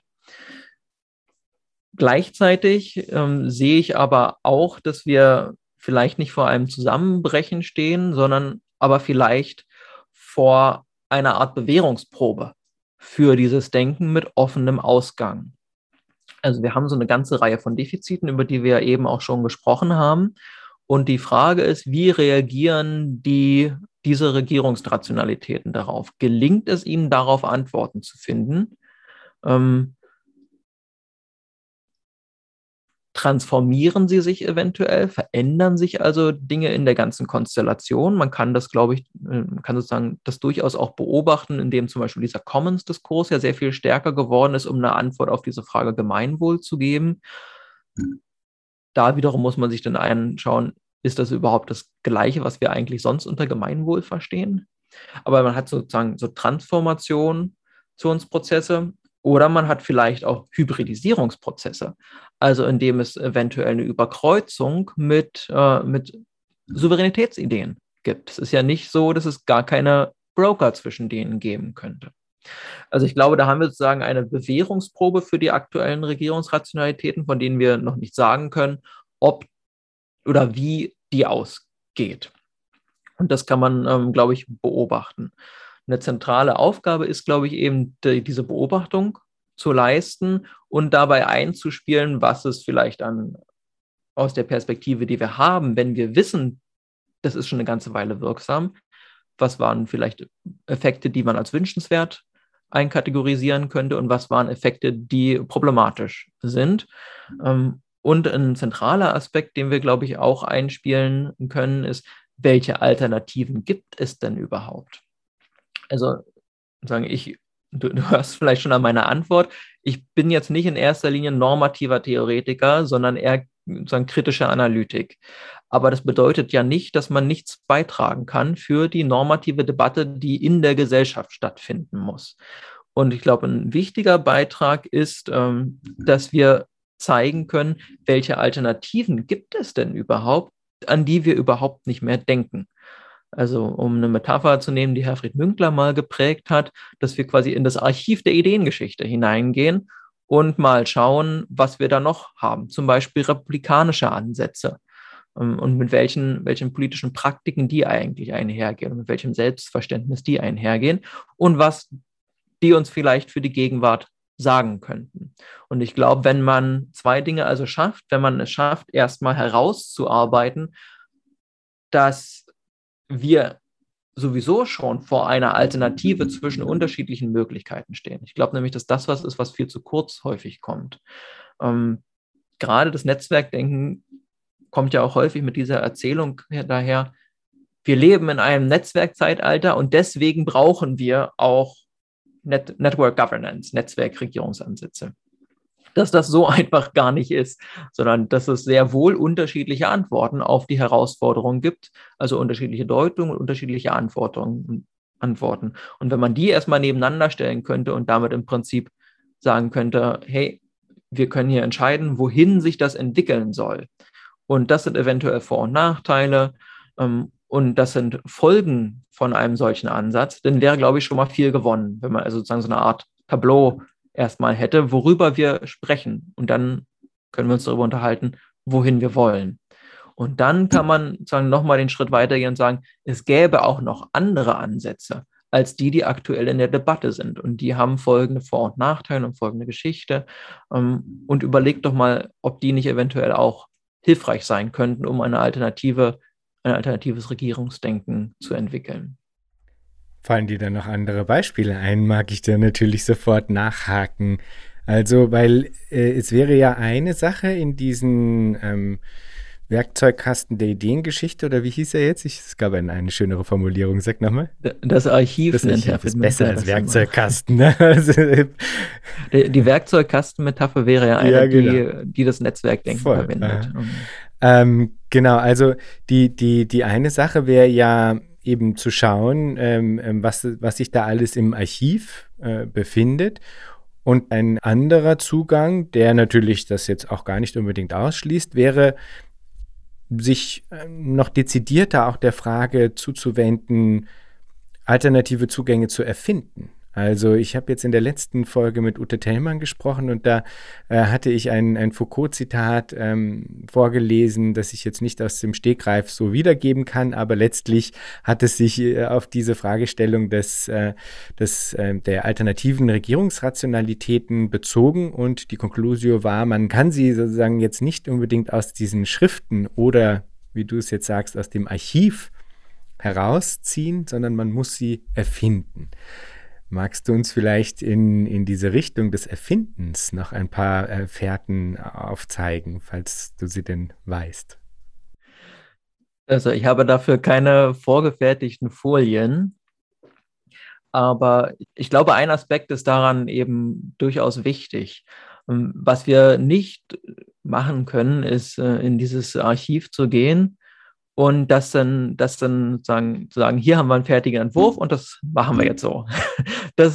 Gleichzeitig sehe ich aber auch, dass wir vielleicht nicht vor einem Zusammenbrechen stehen, sondern aber vielleicht vor einer Art Bewährungsprobe für dieses Denken mit offenem Ausgang. Also wir haben so eine ganze Reihe von Defiziten, über die wir eben auch schon gesprochen haben. Und die Frage ist, wie reagieren diese Regierungsrationalitäten darauf? Gelingt es ihnen, darauf Antworten zu finden? Transformieren sie sich eventuell? Verändern sich also Dinge in der ganzen Konstellation? Man kann das, glaube ich, kann sozusagen das durchaus auch beobachten, indem zum Beispiel dieser Commons-Diskurs ja sehr viel stärker geworden ist, um eine Antwort auf diese Frage Gemeinwohl zu geben. Da wiederum muss man sich dann anschauen, ist das überhaupt das Gleiche, was wir eigentlich sonst unter Gemeinwohl verstehen? Aber man hat sozusagen so Transformationsprozesse oder man hat vielleicht auch Hybridisierungsprozesse, also indem es eventuell eine Überkreuzung mit Souveränitätsideen gibt. Es ist ja nicht so, dass es gar keine Broker zwischen denen geben könnte. Also ich glaube, da haben wir sozusagen eine Bewährungsprobe für die aktuellen Regierungsrationalitäten, von denen wir noch nicht sagen können, ob oder wie die ausgeht. Und das kann man, glaube ich, beobachten. Eine zentrale Aufgabe ist, glaube ich, eben diese Beobachtung zu leisten und dabei einzuspielen, was es vielleicht aus der Perspektive, die wir haben, wenn wir wissen, das ist schon eine ganze Weile wirksam, was waren vielleicht Effekte, die man als wünschenswert einkategorisieren könnte und was waren Effekte, die problematisch sind. Und ein zentraler Aspekt, den wir, glaube ich, auch einspielen können, ist, welche Alternativen gibt es denn überhaupt? Also, du hörst vielleicht schon an meiner Antwort, ich bin jetzt nicht in erster Linie normativer Theoretiker, sondern eher sozusagen kritischer Analytik. Aber das bedeutet ja nicht, dass man nichts beitragen kann für die normative Debatte, die in der Gesellschaft stattfinden muss. Und ich glaube, ein wichtiger Beitrag ist, dass wir zeigen können, welche Alternativen gibt es denn überhaupt, an die wir überhaupt nicht mehr denken. Also um eine Metapher zu nehmen, die Herfried Münkler mal geprägt hat, dass wir quasi in das Archiv der Ideengeschichte hineingehen und mal schauen, was wir da noch haben. Zum Beispiel republikanische Ansätze und mit welchen politischen Praktiken die eigentlich einhergehen und mit welchem Selbstverständnis die einhergehen und was die uns vielleicht für die Gegenwart sagen könnten. Und ich glaube, wenn man zwei Dinge also schafft, wenn man es schafft, erstmal herauszuarbeiten, dass wir sowieso schon vor einer Alternative zwischen unterschiedlichen Möglichkeiten stehen. Ich glaube nämlich, dass das was ist, was viel zu kurz häufig kommt. Gerade das Netzwerkdenken kommt ja auch häufig mit dieser Erzählung daher, wir leben in einem Netzwerkzeitalter und deswegen brauchen wir auch Network Governance, Netzwerkregierungsansätze. Dass das so einfach gar nicht ist, sondern dass es sehr wohl unterschiedliche Antworten auf die Herausforderungen gibt, also unterschiedliche Deutungen und unterschiedliche Antworten. Und wenn man die erstmal nebeneinander stellen könnte und damit im Prinzip sagen könnte, hey, wir können hier entscheiden, wohin sich das entwickeln soll. Und das sind eventuell Vor- und Nachteile und das sind Folgen von einem solchen Ansatz, dann wäre, glaube ich, schon mal viel gewonnen, wenn man also sozusagen so eine Art Tableau erstmal hätte, worüber wir sprechen. Und dann können wir uns darüber unterhalten, wohin wir wollen. Und dann kann man sozusagen nochmal den Schritt weitergehen und sagen, es gäbe auch noch andere Ansätze als die aktuell in der Debatte sind. Und die haben folgende Vor- und Nachteile und folgende Geschichte. Und überlegt doch mal, ob die nicht eventuell auch hilfreich sein könnten, um ein alternatives Regierungsdenken zu entwickeln. Fallen dir dann noch andere Beispiele ein, mag ich da natürlich sofort nachhaken. Also, weil es wäre ja eine Sache in diesen Werkzeugkasten der Ideengeschichte, oder wie hieß er jetzt? Es gab eine schönere Formulierung, sag nochmal. Das Archiv ist besser als Werkzeugkasten. Ne? Also, die Werkzeugkastenmetapher wäre ja eine, genau, die das Netzwerkdenken verwendet. Genau, also die eine Sache wäre ja eben zu schauen, was sich da alles im Archiv befindet. Und ein anderer Zugang, der natürlich das jetzt auch gar nicht unbedingt ausschließt, wäre, sich noch dezidierter auch der Frage zuzuwenden, alternative Zugänge zu erfinden. Also ich habe jetzt in der letzten Folge mit Ute Thälmann gesprochen und da hatte ich ein Foucault-Zitat vorgelesen, das ich jetzt nicht aus dem Stegreif so wiedergeben kann, aber letztlich hat es sich auf diese Fragestellung der alternativen Regierungsrationalitäten bezogen und die Conclusio war, man kann sie sozusagen jetzt nicht unbedingt aus diesen Schriften oder, wie du es jetzt sagst, aus dem Archiv herausziehen, sondern man muss sie erfinden. Magst du uns vielleicht in diese Richtung des Erfindens noch ein paar Fährten aufzeigen, falls du sie denn weißt? Also ich habe dafür keine vorgefertigten Folien, aber ich glaube, ein Aspekt ist daran eben durchaus wichtig. Was wir nicht machen können, ist in dieses Archiv zu gehen und das dann sagen, hier haben wir einen fertigen Entwurf und das machen wir jetzt so. Das,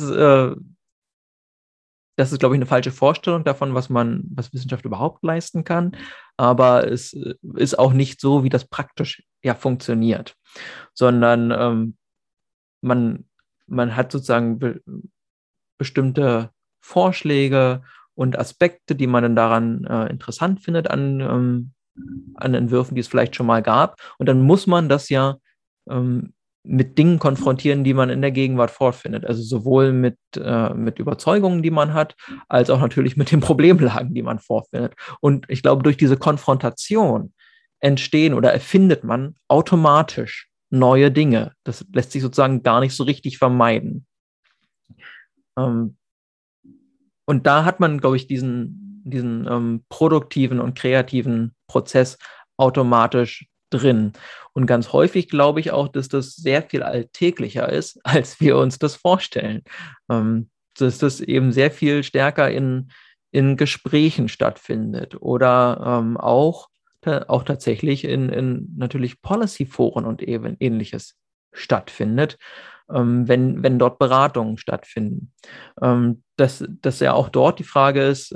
das ist, glaube ich, eine falsche Vorstellung davon, was Wissenschaft überhaupt leisten kann. Aber es ist auch nicht so, wie das praktisch ja funktioniert, sondern man hat sozusagen bestimmte Vorschläge und Aspekte, die man dann daran interessant findet an Entwürfen, die es vielleicht schon mal gab. Und dann muss man das ja mit Dingen konfrontieren, die man in der Gegenwart vorfindet. Also sowohl mit Überzeugungen, die man hat, als auch natürlich mit den Problemlagen, die man vorfindet. Und ich glaube, durch diese Konfrontation entstehen oder erfindet man automatisch neue Dinge. Das lässt sich sozusagen gar nicht so richtig vermeiden. Und da hat man, glaube ich, diesen produktiven und kreativen Prozess automatisch drin. Und ganz häufig glaube ich auch, dass das sehr viel alltäglicher ist, als wir uns das vorstellen. Dass das eben sehr viel stärker in Gesprächen stattfindet oder auch tatsächlich in natürlich Policy-Foren und eben Ähnliches stattfindet, wenn dort Beratungen stattfinden. Dass ja auch dort die Frage ist,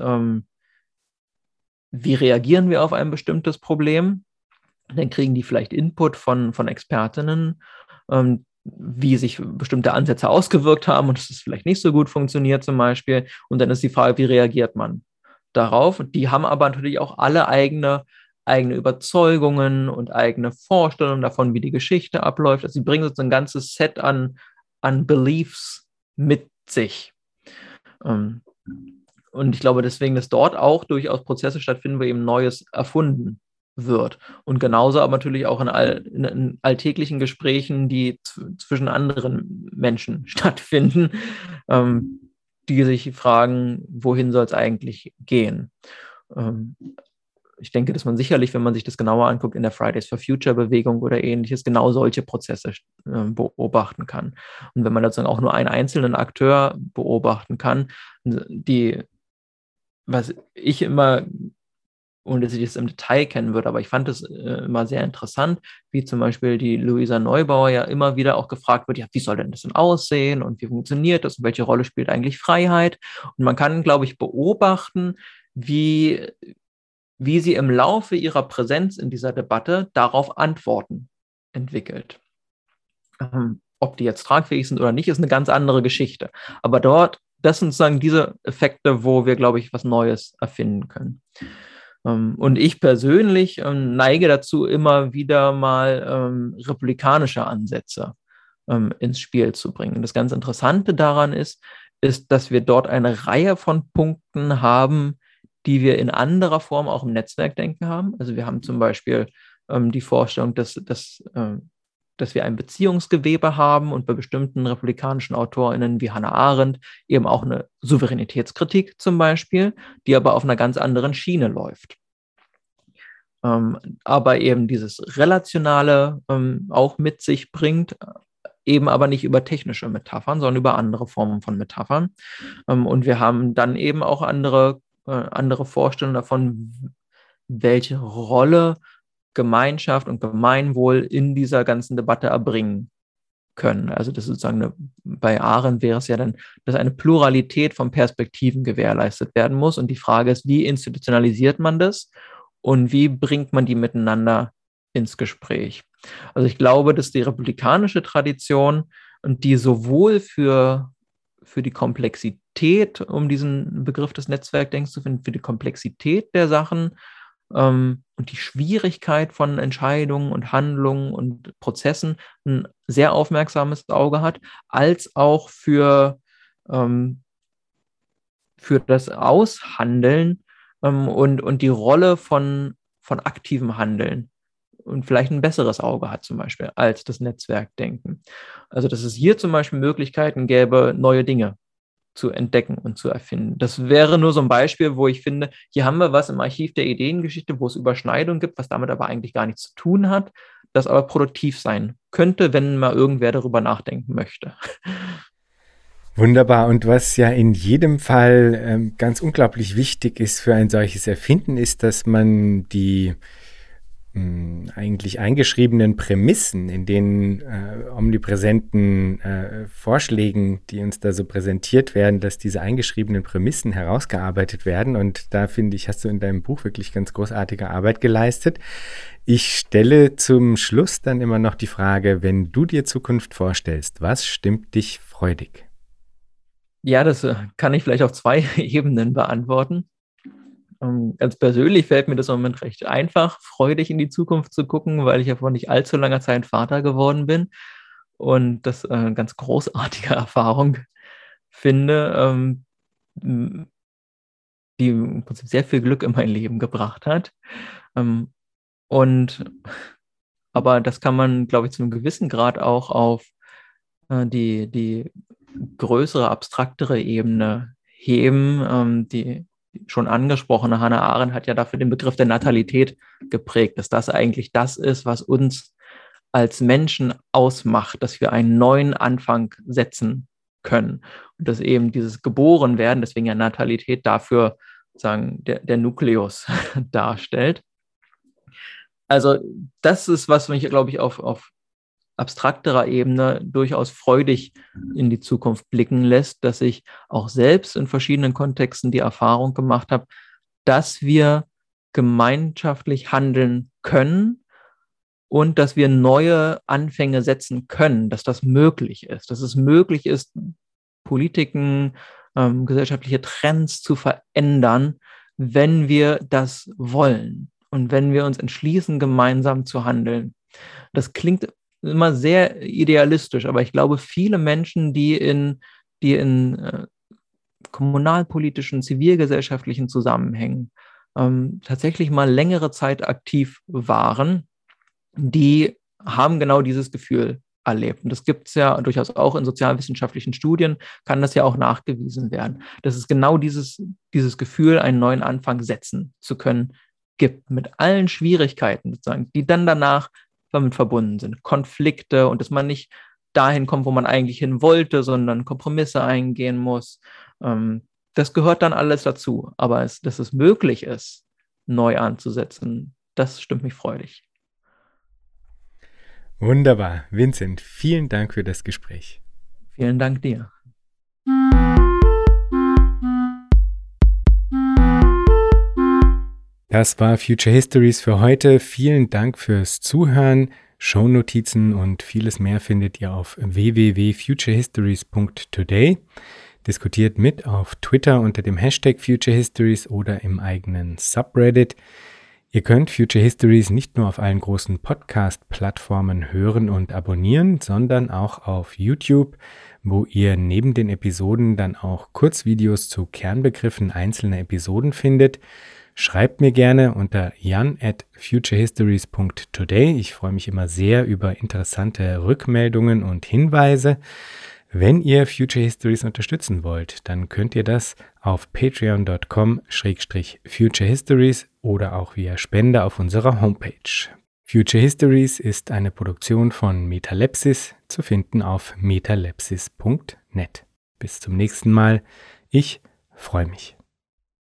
wie reagieren wir auf ein bestimmtes Problem? Dann kriegen die vielleicht Input von Expertinnen, wie sich bestimmte Ansätze ausgewirkt haben und dass es vielleicht nicht so gut funktioniert zum Beispiel. Und dann ist die Frage, wie reagiert man darauf? Die haben aber natürlich auch alle eigene Überzeugungen und eigene Vorstellungen davon, wie die Geschichte abläuft. Also sie bringen so ein ganzes Set an Beliefs mit sich. Und ich glaube deswegen, dass dort auch durchaus Prozesse stattfinden, wo eben Neues erfunden wird. Und genauso aber natürlich auch in alltäglichen Gesprächen, die zwischen anderen Menschen stattfinden, die sich fragen, wohin soll es eigentlich gehen? Ich denke, dass man sicherlich, wenn man sich das genauer anguckt, in der Fridays for Future Bewegung oder ähnliches, genau solche Prozesse beobachten kann. Und wenn man dazu auch nur einen einzelnen Akteur beobachten kann, was ich immer, ohne dass ich das im Detail kennen würde, aber ich fand es immer sehr interessant, wie zum Beispiel die Luisa Neubauer ja immer wieder auch gefragt wird, ja, wie soll denn das denn aussehen und wie funktioniert das und welche Rolle spielt eigentlich Freiheit? Und man kann, glaube ich, beobachten, wie sie im Laufe ihrer Präsenz in dieser Debatte darauf Antworten entwickelt. Ob die jetzt tragfähig sind oder nicht, ist eine ganz andere Geschichte. Aber das sind sozusagen diese Effekte, wo wir, glaube ich, was Neues erfinden können. Und ich persönlich neige dazu, immer wieder mal republikanische Ansätze ins Spiel zu bringen. Das ganz Interessante daran ist, dass wir dort eine Reihe von Punkten haben, die wir in anderer Form auch im Netzwerkdenken haben. Also wir haben zum Beispiel die Vorstellung, dass wir ein Beziehungsgewebe haben und bei bestimmten republikanischen AutorInnen wie Hannah Arendt eben auch eine Souveränitätskritik zum Beispiel, die aber auf einer ganz anderen Schiene läuft. Aber eben dieses Relationale auch mit sich bringt, eben aber nicht über technische Metaphern, sondern über andere Formen von Metaphern. Und wir haben dann eben auch andere Vorstellungen davon, welche Rolle Gemeinschaft und Gemeinwohl in dieser ganzen Debatte erbringen können. Also das ist sozusagen bei Arendt wäre es ja dann, dass eine Pluralität von Perspektiven gewährleistet werden muss. Und die Frage ist, wie institutionalisiert man das und wie bringt man die miteinander ins Gespräch? Also ich glaube, dass die republikanische Tradition, und die sowohl für für die Komplexität, um diesen Begriff des Netzwerkdenkens zu finden, für die Komplexität der Sachen und die Schwierigkeit von Entscheidungen und Handlungen und Prozessen ein sehr aufmerksames Auge hat, als auch für das Aushandeln und die Rolle von aktivem Handeln und vielleicht ein besseres Auge hat zum Beispiel als das Netzwerkdenken. Also dass es hier zum Beispiel Möglichkeiten gäbe, neue Dinge zu entdecken und zu erfinden. Das wäre nur so ein Beispiel, wo ich finde, hier haben wir was im Archiv der Ideengeschichte, wo es Überschneidungen gibt, was damit aber eigentlich gar nichts zu tun hat, das aber produktiv sein könnte, wenn mal irgendwer darüber nachdenken möchte. Wunderbar. Und was ja in jedem Fall ganz unglaublich wichtig ist für ein solches Erfinden, ist, dass man die eigentlich eingeschriebenen Prämissen in den omnipräsenten Vorschlägen, die uns da so präsentiert werden, dass diese eingeschriebenen Prämissen herausgearbeitet werden. Und da finde ich, hast du in deinem Buch wirklich ganz großartige Arbeit geleistet. Ich stelle zum Schluss dann immer noch die Frage, wenn du dir Zukunft vorstellst, was stimmt dich freudig? Ja, das kann ich vielleicht auf 2 Ebenen beantworten. Ganz persönlich fällt mir das im Moment recht einfach, freudig in die Zukunft zu gucken, weil ich ja vor nicht allzu langer Zeit Vater geworden bin und das eine ganz großartige Erfahrung finde, die im Prinzip sehr viel Glück in mein Leben gebracht hat. Aber das kann man, glaube ich, zu einem gewissen Grad auch auf die größere, abstraktere Ebene heben. Die schon angesprochene Hannah Arendt hat ja dafür den Begriff der Natalität geprägt, dass das eigentlich das ist, was uns als Menschen ausmacht, dass wir einen neuen Anfang setzen können. Und dass eben dieses Geborenwerden, deswegen ja Natalität, dafür sagen, der Nukleus darstellt. Also das ist, was mich, glaube ich, auf abstrakterer Ebene durchaus freudig in die Zukunft blicken lässt, dass ich auch selbst in verschiedenen Kontexten die Erfahrung gemacht habe, dass wir gemeinschaftlich handeln können und dass wir neue Anfänge setzen können, dass das möglich ist, dass es möglich ist, Politiken, gesellschaftliche Trends zu verändern, wenn wir das wollen und wenn wir uns entschließen, gemeinsam zu handeln. Das klingt immer sehr idealistisch, aber ich glaube, viele Menschen, die in kommunalpolitischen, zivilgesellschaftlichen Zusammenhängen tatsächlich mal längere Zeit aktiv waren, die haben genau dieses Gefühl erlebt. Und das gibt es ja durchaus auch in sozialwissenschaftlichen Studien, kann das ja auch nachgewiesen werden, dass es genau dieses Gefühl, einen neuen Anfang setzen zu können, gibt, mit allen Schwierigkeiten sozusagen, die dann danach damit verbunden sind. Konflikte und dass man nicht dahin kommt, wo man eigentlich hin wollte, sondern Kompromisse eingehen muss. Das gehört dann alles dazu. Aber dass es möglich ist, neu anzusetzen, das stimmt mich freudig. Wunderbar. Vincent, vielen Dank für das Gespräch. Vielen Dank dir. Das war Future Histories für heute. Vielen Dank fürs Zuhören. Shownotizen und vieles mehr findet ihr auf www.futurehistories.today. Diskutiert mit auf Twitter unter dem Hashtag Future Histories oder im eigenen Subreddit. Ihr könnt Future Histories nicht nur auf allen großen Podcast-Plattformen hören und abonnieren, sondern auch auf YouTube, wo ihr neben den Episoden dann auch Kurzvideos zu Kernbegriffen einzelner Episoden findet. Schreibt mir gerne unter jan@futurehistories.today. Ich freue mich immer sehr über interessante Rückmeldungen und Hinweise. Wenn ihr Future Histories unterstützen wollt, dann könnt ihr das auf patreon.com/futurehistories oder auch via Spende auf unserer Homepage. Future Histories ist eine Produktion von Metalepsis, zu finden auf metalepsis.net. Bis zum nächsten Mal. Ich freue mich.